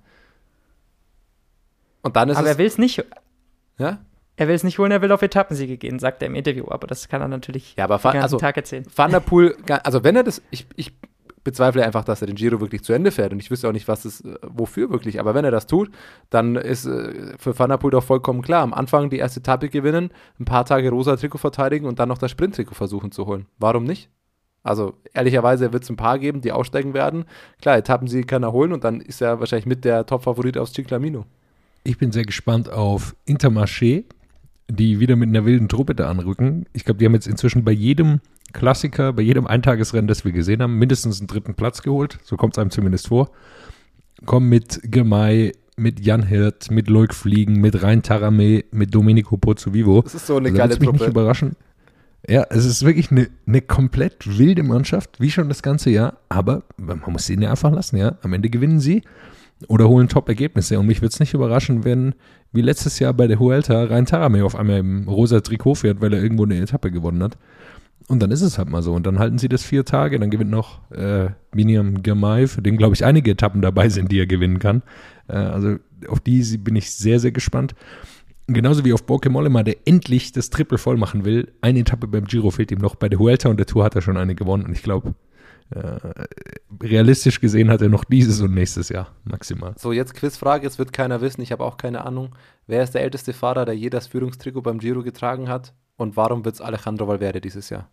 Und dann ist aber es... er will es nicht... Ja? Er will es nicht holen, er will auf Etappensiege gehen, sagt er im Interview. Aber das kann er natürlich ja, aber den ganzen also, Tag erzählen. Van der Poel, also wenn er das... Ich, ich bezweifle einfach, dass er den Giro wirklich zu Ende fährt. Und ich wüsste auch nicht, was es, wofür wirklich. Aber wenn er das tut, dann ist äh, für Van der Poel doch vollkommen klar. Am Anfang die erste Etappe gewinnen, ein paar Tage rosa Trikot verteidigen und dann noch das Sprinttrikot versuchen zu holen. Warum nicht? Also ehrlicherweise wird es ein paar geben, die aussteigen werden. Klar, Etappensieg kann er holen und dann ist er wahrscheinlich mit der Top-Favorit aufs Ciclamino. Ich bin sehr gespannt auf Intermarché, die wieder mit einer wilden Truppe da anrücken. Ich glaube, die haben jetzt inzwischen bei jedem Klassiker, bei jedem Eintagesrennen, das wir gesehen haben, mindestens einen dritten Platz geholt. So kommt es einem zumindest vor. Kommen mit Girmay, mit Jan Hirt, mit Loic Fliegen, mit Rein Taramé, mit Domenico Pozzovivo. Das ist so eine also, geile Truppe. Mich nicht überraschen, Ja, es ist wirklich eine, eine komplett wilde Mannschaft, wie schon das ganze Jahr, aber man muss sie ja einfach lassen, ja. Am Ende gewinnen sie oder holen Top-Ergebnisse und mich würde es nicht überraschen, wenn, wie letztes Jahr bei der Vuelta, Rein Taramay auf einmal im rosa Trikot fährt, weil er irgendwo eine Etappe gewonnen hat. Und dann ist es halt mal so. Und dann halten sie das vier Tage, dann gewinnt noch äh, Biniam Girmay, für den, glaube ich, einige Etappen dabei sind, die er gewinnen kann. Äh, also auf die bin ich sehr, sehr gespannt. Genauso wie auf Bauke Mollema, der endlich das Triple voll machen will. Eine Etappe beim Giro fehlt ihm noch. Bei der Vuelta und der Tour hat er schon eine gewonnen. Und ich glaube, äh, realistisch gesehen hat er noch dieses und nächstes Jahr maximal. So, jetzt Quizfrage, jetzt wird keiner wissen, ich habe auch keine Ahnung. Wer ist der älteste Fahrer, der je das Führungstrikot beim Giro getragen hat? Und warum wird es Alejandro Valverde dieses Jahr?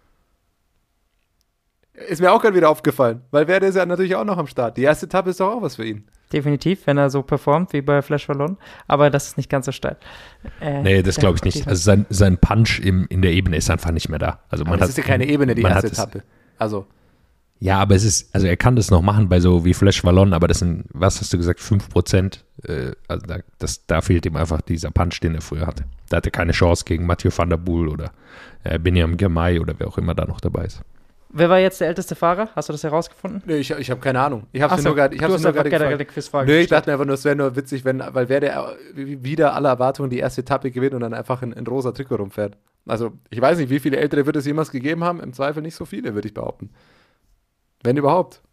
Ist mir auch gerade wieder aufgefallen. Valverde ist ja natürlich auch noch am Start. Die erste Etappe ist doch auch was für ihn. Definitiv, wenn er so performt wie bei Flash Wallon. Aber das ist nicht ganz so steil. Äh, nee, das glaube ich nicht. Also sein, sein Punch im, in der Ebene ist einfach nicht mehr da. Also man aber das hat, ist ja keine Ebene, die erste Etappe. Also. Ja, aber es ist, also er kann das noch machen bei so wie Flash Wallon, aber das sind, was hast du gesagt, fünf Prozent. Äh, also da, das, da fehlt ihm einfach dieser Punch, den er früher hatte. Da hat er keine Chance gegen Mathieu van der Poel oder äh, Biniam Girmay oder wer auch immer da noch dabei ist. Wer war jetzt der älteste Fahrer? Hast du das herausgefunden? Nee, ich, ich habe keine Ahnung. Ich habe so, nur gerade gefragt. Quizfrage Nee, ich dachte mir einfach nur, es wäre nur witzig, wenn, weil wer der wieder aller Erwartungen die erste Etappe gewinnt und dann einfach in, in rosa Trikot rumfährt. Also, ich weiß nicht, wie viele Ältere wird es jemals gegeben haben. Im Zweifel nicht so viele, würde ich behaupten. Wenn überhaupt.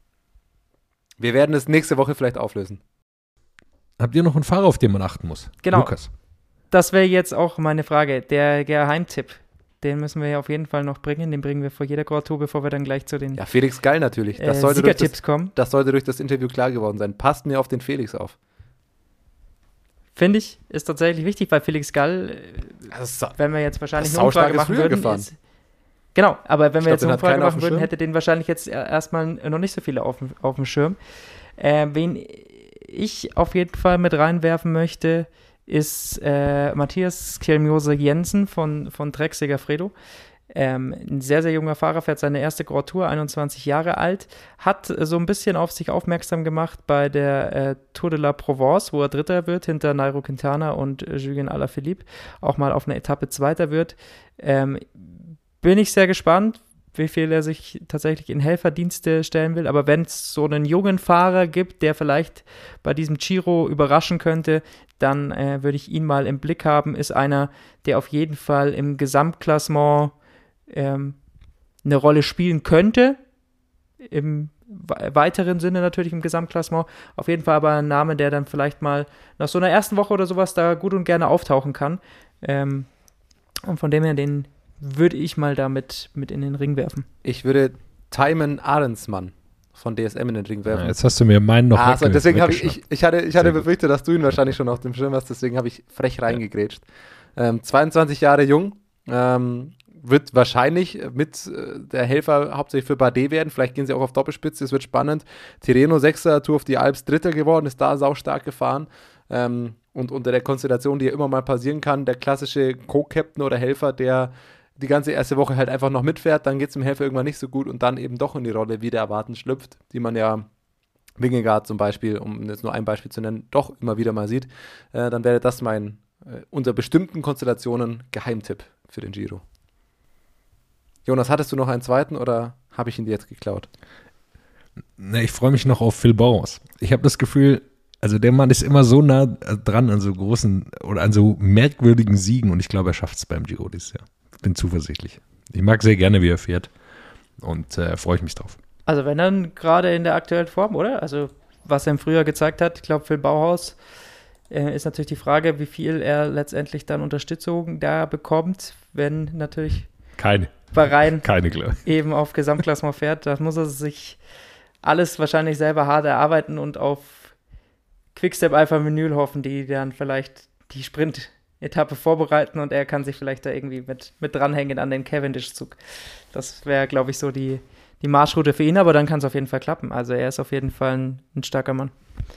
Wir werden es nächste Woche vielleicht auflösen. Habt ihr noch einen Fahrer, auf den man achten muss? Genau. Lukas. Das wäre jetzt auch meine Frage. Der Geheimtipp. Den müssen wir ja auf jeden Fall noch bringen. Den bringen wir vor jeder Grand Tour, bevor wir dann gleich zu den ja, Felix Gall natürlich. Das äh, sollte durch Siegertipps das, kommen. Das sollte durch das Interview klar geworden sein. Passt mir auf den Felix auf. Finde ich, ist tatsächlich wichtig, weil Felix Gall, also, wenn wir jetzt wahrscheinlich eine Umfrage machen würden, ist, genau, aber wenn wir jetzt eine Umfrage machen würden, hätte den wahrscheinlich jetzt erstmal noch nicht so viele auf, auf dem Schirm. Äh, wen ich auf jeden Fall mit reinwerfen möchte, ist äh, Matthias Kjelmjose Jensen von, von Trek Segafredo. Ähm, ein sehr, sehr junger Fahrer, fährt seine erste Grand Tour, einundzwanzig Jahre alt, hat äh, so ein bisschen auf sich aufmerksam gemacht bei der äh, Tour de la Provence, wo er Dritter wird, hinter Nairo Quintana und äh, Julien Alaphilippe, auch mal auf einer Etappe Zweiter wird. Ähm, bin ich sehr gespannt, wie viel er sich tatsächlich in Helferdienste stellen will, aber wenn es so einen jungen Fahrer gibt, der vielleicht bei diesem Giro überraschen könnte, dann äh, würde ich ihn mal im Blick haben, ist einer, der auf jeden Fall im Gesamtklassement ähm, eine Rolle spielen könnte, im weiteren Sinne natürlich im Gesamtklassement, auf jeden Fall aber ein Name, der dann vielleicht mal nach so einer ersten Woche oder sowas da gut und gerne auftauchen kann, ähm, und von dem her, den würde ich mal damit mit in den Ring werfen. Ich würde Thymen Ahrensmann von D S M in den Ring werfen. Ja, jetzt hast du mir meinen noch ah, also wegge- deswegen habe ich, ich, ich hatte, ich hatte befürchtet, dass du ihn wahrscheinlich schon auf dem Schirm hast, deswegen habe ich frech reingegrätscht. Ähm, zweiundzwanzig Jahre jung, ähm, wird wahrscheinlich mit äh, der Helfer hauptsächlich für Bardet werden, vielleicht gehen sie auch auf Doppelspitze, es wird spannend. Tirreno Sechster, Tour of the Alps Dritter geworden, ist da saustark gefahren. Ähm, und unter der Konstellation, die ja immer mal passieren kann, der klassische Co-Captain oder Helfer, der die ganze erste Woche halt einfach noch mitfährt, dann geht es dem Helfer irgendwann nicht so gut und dann eben doch in die Rolle wieder erwarten schlüpft, die man ja Vingegaard zum Beispiel, um jetzt nur ein Beispiel zu nennen, doch immer wieder mal sieht, äh, dann wäre das mein äh, unter bestimmten Konstellationen Geheimtipp für den Giro. Jonas, hattest du noch einen zweiten oder habe ich ihn dir jetzt geklaut? Na, ich freue mich noch auf Phil Bauers. Ich habe das Gefühl, also der Mann ist immer so nah dran an so großen oder an so merkwürdigen Siegen und ich glaube, er schafft es beim Giro dieses Jahr. Bin zuversichtlich. Ich mag sehr gerne, wie er fährt und äh, freue ich mich drauf. Also wenn dann gerade in der aktuellen Form, oder? Also was er im Frühjahr gezeigt hat, ich glaube, Phil Bauhaus äh, ist natürlich die Frage, wie viel er letztendlich dann Unterstützung da bekommt, wenn natürlich keine Bahrain keine klar. eben auf Gesamtklassement fährt. Da muss er sich alles wahrscheinlich selber hart erarbeiten und auf Quickstep Alpha Vinyl hoffen, die dann vielleicht die Sprint Etappe vorbereiten und er kann sich vielleicht da irgendwie mit, mit dranhängen an den Cavendish-Zug. Das wäre, glaube ich, so die, die Marschroute für ihn, aber dann kann es auf jeden Fall klappen. Also er ist auf jeden Fall ein, ein starker Mann.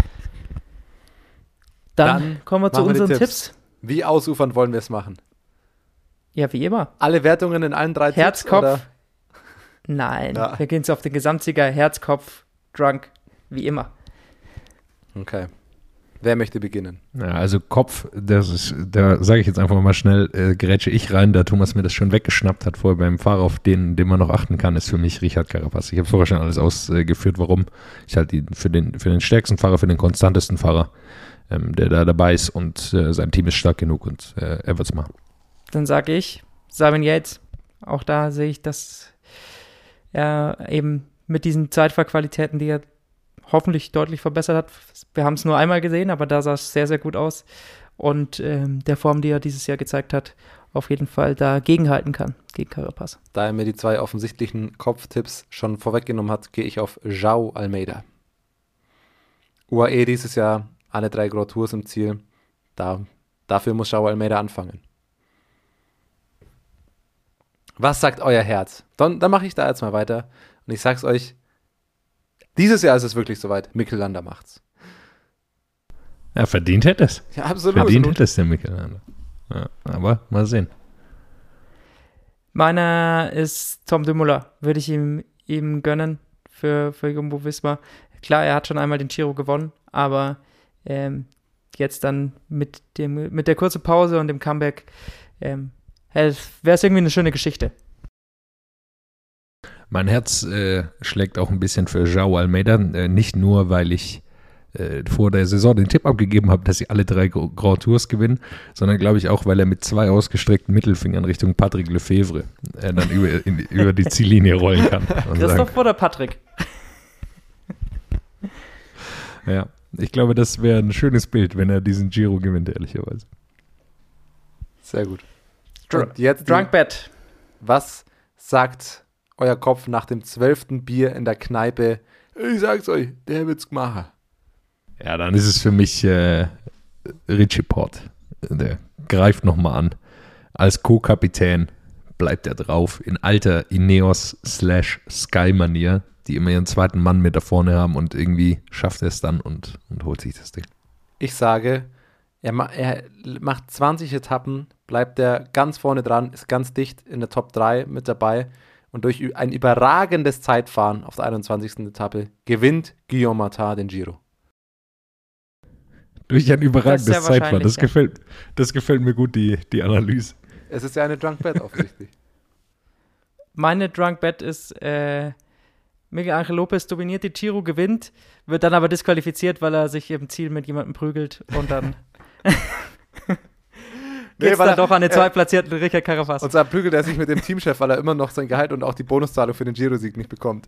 Dann, dann kommen wir zu unseren wir Tipps. Tipps. Wie ausufernd wollen wir es machen? Ja, wie immer. Alle Wertungen in allen drei Herz, Tipps? Kopf. Oder? Nein, ja. Wir gehen jetzt auf den Gesamtsieger, Herz, Kopf, Drunk, wie immer. Okay. Wer möchte beginnen? Ja, also Kopf, das ist, da sage ich jetzt einfach mal schnell, äh, grätsche ich rein, da Thomas mir das schon weggeschnappt hat vorher beim Fahrer, auf den, den man noch achten kann, ist für mich Richard Carapaz. Ich habe vorher schon alles ausgeführt, warum ich halt ihn für den, für den stärksten Fahrer, für den konstantesten Fahrer, ähm, der da dabei ist und äh, sein Team ist stark genug und äh, er wird's machen. Dann sage ich Simon Yates. Auch da sehe ich, dass er eben mit diesen Zeitfahrqualitäten, die er hoffentlich deutlich verbessert hat. Wir haben es nur einmal gesehen, aber da sah es sehr, sehr gut aus. Und ähm, der Form, die er dieses Jahr gezeigt hat, auf jeden Fall dagegenhalten kann, gegen Carapaz. Da er mir die zwei offensichtlichen Kopftipps schon vorweggenommen hat, gehe ich auf João Almeida. U A E dieses Jahr, alle drei Grand Tours im Ziel. Da, dafür muss João Almeida anfangen. Was sagt euer Herz? Dann, dann mache ich da jetzt mal weiter. Und ich sag's euch, dieses Jahr ist es wirklich soweit. Mikel Landa macht's. Ja, verdient hätte es. Ja, absolut. Verdient hätte es der Mikel Landa. Ja, aber mal sehen. Meiner ist Tom Dumoulin. Würde ich ihm, ihm gönnen für, für Jumbo-Visma. Klar, er hat schon einmal den Giro gewonnen, aber ähm, jetzt dann mit, dem, mit der kurzen Pause und dem Comeback ähm, wäre es irgendwie eine schöne Geschichte. Mein Herz äh, schlägt auch ein bisschen für João Almeida, äh, nicht nur, weil ich äh, vor der Saison den Tipp abgegeben habe, dass sie alle drei Grand Tours gewinnen, sondern glaube ich auch, weil er mit zwei ausgestreckten Mittelfingern Richtung Patrick Lefevre äh, dann über, in, über die Ziellinie rollen kann. Christoph oder Patrick? Ja, ich glaube, das wäre ein schönes Bild, wenn er diesen Giro gewinnt, ehrlicherweise. Sehr gut. Dr- Und jetzt Drunk Bet. Was sagt euer Kopf nach dem zwölften Bier in der Kneipe? Ich sag's euch, der wird's machen. Ja, dann ist es für mich äh, Richie Port. Der greift nochmal an. Als Co-Kapitän bleibt er drauf in alter Ineos slash Sky-Manier, die immer ihren zweiten Mann mit da vorne haben und irgendwie schafft er es dann und, und holt sich das Ding. Ich sage, er, ma- er macht zwanzig Etappen, bleibt er ganz vorne dran, ist ganz dicht in der Top drei mit dabei und durch ein überragendes Zeitfahren auf der einundzwanzigsten Etappe gewinnt Guillaume Martin den Giro. Durch ein überragendes Das ist sehr Zeitfahren. Das, wahrscheinlich, ja. gefällt, das gefällt mir gut, die, die Analyse. Es ist ja eine Drunk Bet offensichtlich. Meine Drunk Bet ist, äh, Miguel Angel Lopez dominiert die Giro, gewinnt, wird dann aber disqualifiziert, weil er sich im Ziel mit jemandem prügelt und dann Nee, geht's weil dann er- doch an den er- zweitplatzierten Richard Carapaz. Und zwar prügelt er sich mit dem Teamchef, weil er immer noch sein Gehalt und auch die Bonuszahlung für den Giro-Sieg nicht bekommt.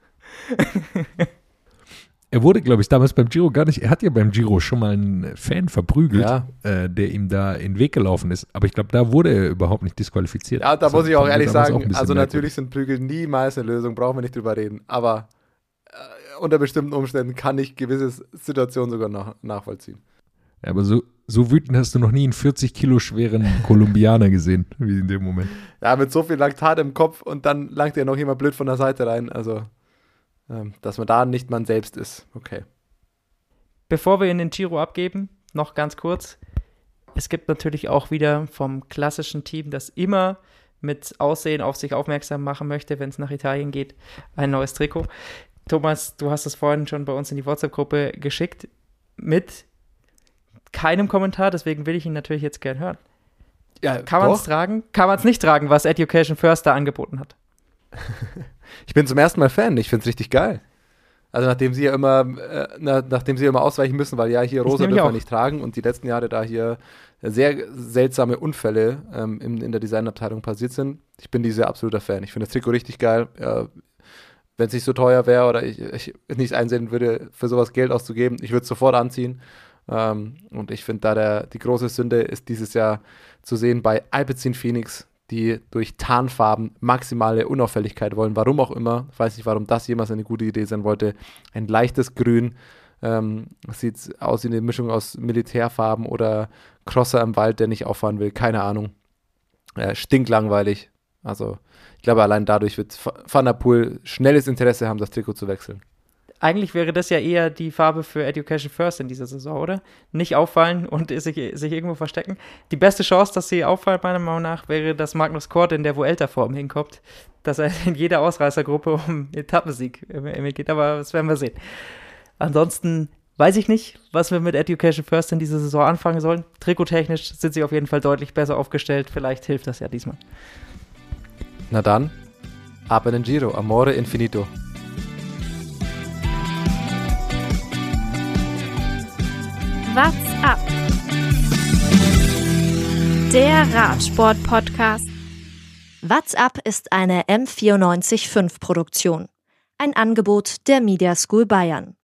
Er wurde, glaube ich, damals beim Giro gar nicht, er hat ja beim Giro schon mal einen Fan verprügelt, Ja. äh, der ihm da in den Weg gelaufen ist. Aber ich glaube, da wurde er überhaupt nicht disqualifiziert. Ja, da Das muss ich auch fand ehrlich damals auch ein sagen, bisschen also merkwürdig. natürlich sind Prügel niemals eine Lösung, brauchen wir nicht drüber reden. Aber äh, unter bestimmten Umständen kann ich gewisse Situationen sogar nach, nachvollziehen. Ja, aber so, so wütend hast du noch nie einen vierzig Kilo schweren Kolumbianer gesehen, wie in dem Moment. Ja, mit so viel Laktat im Kopf und dann langt ja noch jemand blöd von der Seite rein. Also, ähm, dass man da nicht man selbst ist. Okay. Bevor wir in den Giro abgeben, noch ganz kurz. Es gibt natürlich auch wieder vom klassischen Team, das immer mit Aussehen auf sich aufmerksam machen möchte, wenn es nach Italien geht, ein neues Trikot. Thomas, du hast es vorhin schon bei uns in die WhatsApp-Gruppe geschickt mit keinem Kommentar, deswegen will ich ihn natürlich jetzt gern hören. Ja, Kann man es doch. tragen? Kann man es nicht tragen, was Education First da angeboten hat? Ich bin zum ersten Mal Fan, ich finde es richtig geil. Also nachdem sie ja immer, äh, na, nachdem sie immer ausweichen müssen, weil ja hier rosa nämlich dürfen wir auch. nicht tragen und die letzten Jahre da hier sehr seltsame Unfälle ähm, in, in der Designabteilung passiert sind. Ich bin dieser absoluter Fan. Ich finde das Trikot richtig geil. Ja, wenn es nicht so teuer wäre oder ich, ich nicht einsehen würde, für sowas Geld auszugeben, ich würde es sofort anziehen. Ähm, und ich finde da der, die große Sünde ist dieses Jahr zu sehen bei Alpecin Phoenix, die durch Tarnfarben maximale Unauffälligkeit wollen. Warum auch immer. Ich weiß nicht, warum das jemals eine gute Idee sein wollte. Ein leichtes Grün. Ähm, sieht aus wie eine Mischung aus Militärfarben oder Crosser im Wald, der nicht auffahren will. Keine Ahnung. Äh, stinklangweilig. Also ich glaube, allein dadurch wird Van der Poel schnelles Interesse haben, das Trikot zu wechseln. Eigentlich wäre das ja eher die Farbe für Education First in dieser Saison, oder? Nicht auffallen und sich, sich irgendwo verstecken. Die beste Chance, dass sie auffallen, meiner Meinung nach, wäre, dass Magnus Kort in der Vuelta-Form hinkommt. Dass er in jeder Ausreißergruppe um Etappensieg mitgeht, aber das werden wir sehen. Ansonsten weiß ich nicht, was wir mit Education First in dieser Saison anfangen sollen. Trikottechnisch sind sie auf jeden Fall deutlich besser aufgestellt. Vielleicht hilft das ja diesmal. Na dann, ab in den Giro. Amore infinito. What's up? Der Radsport-Podcast. What's up ist eine M vierundneunzig Komma fünf Produktion. Ein Angebot der Media School Bayern.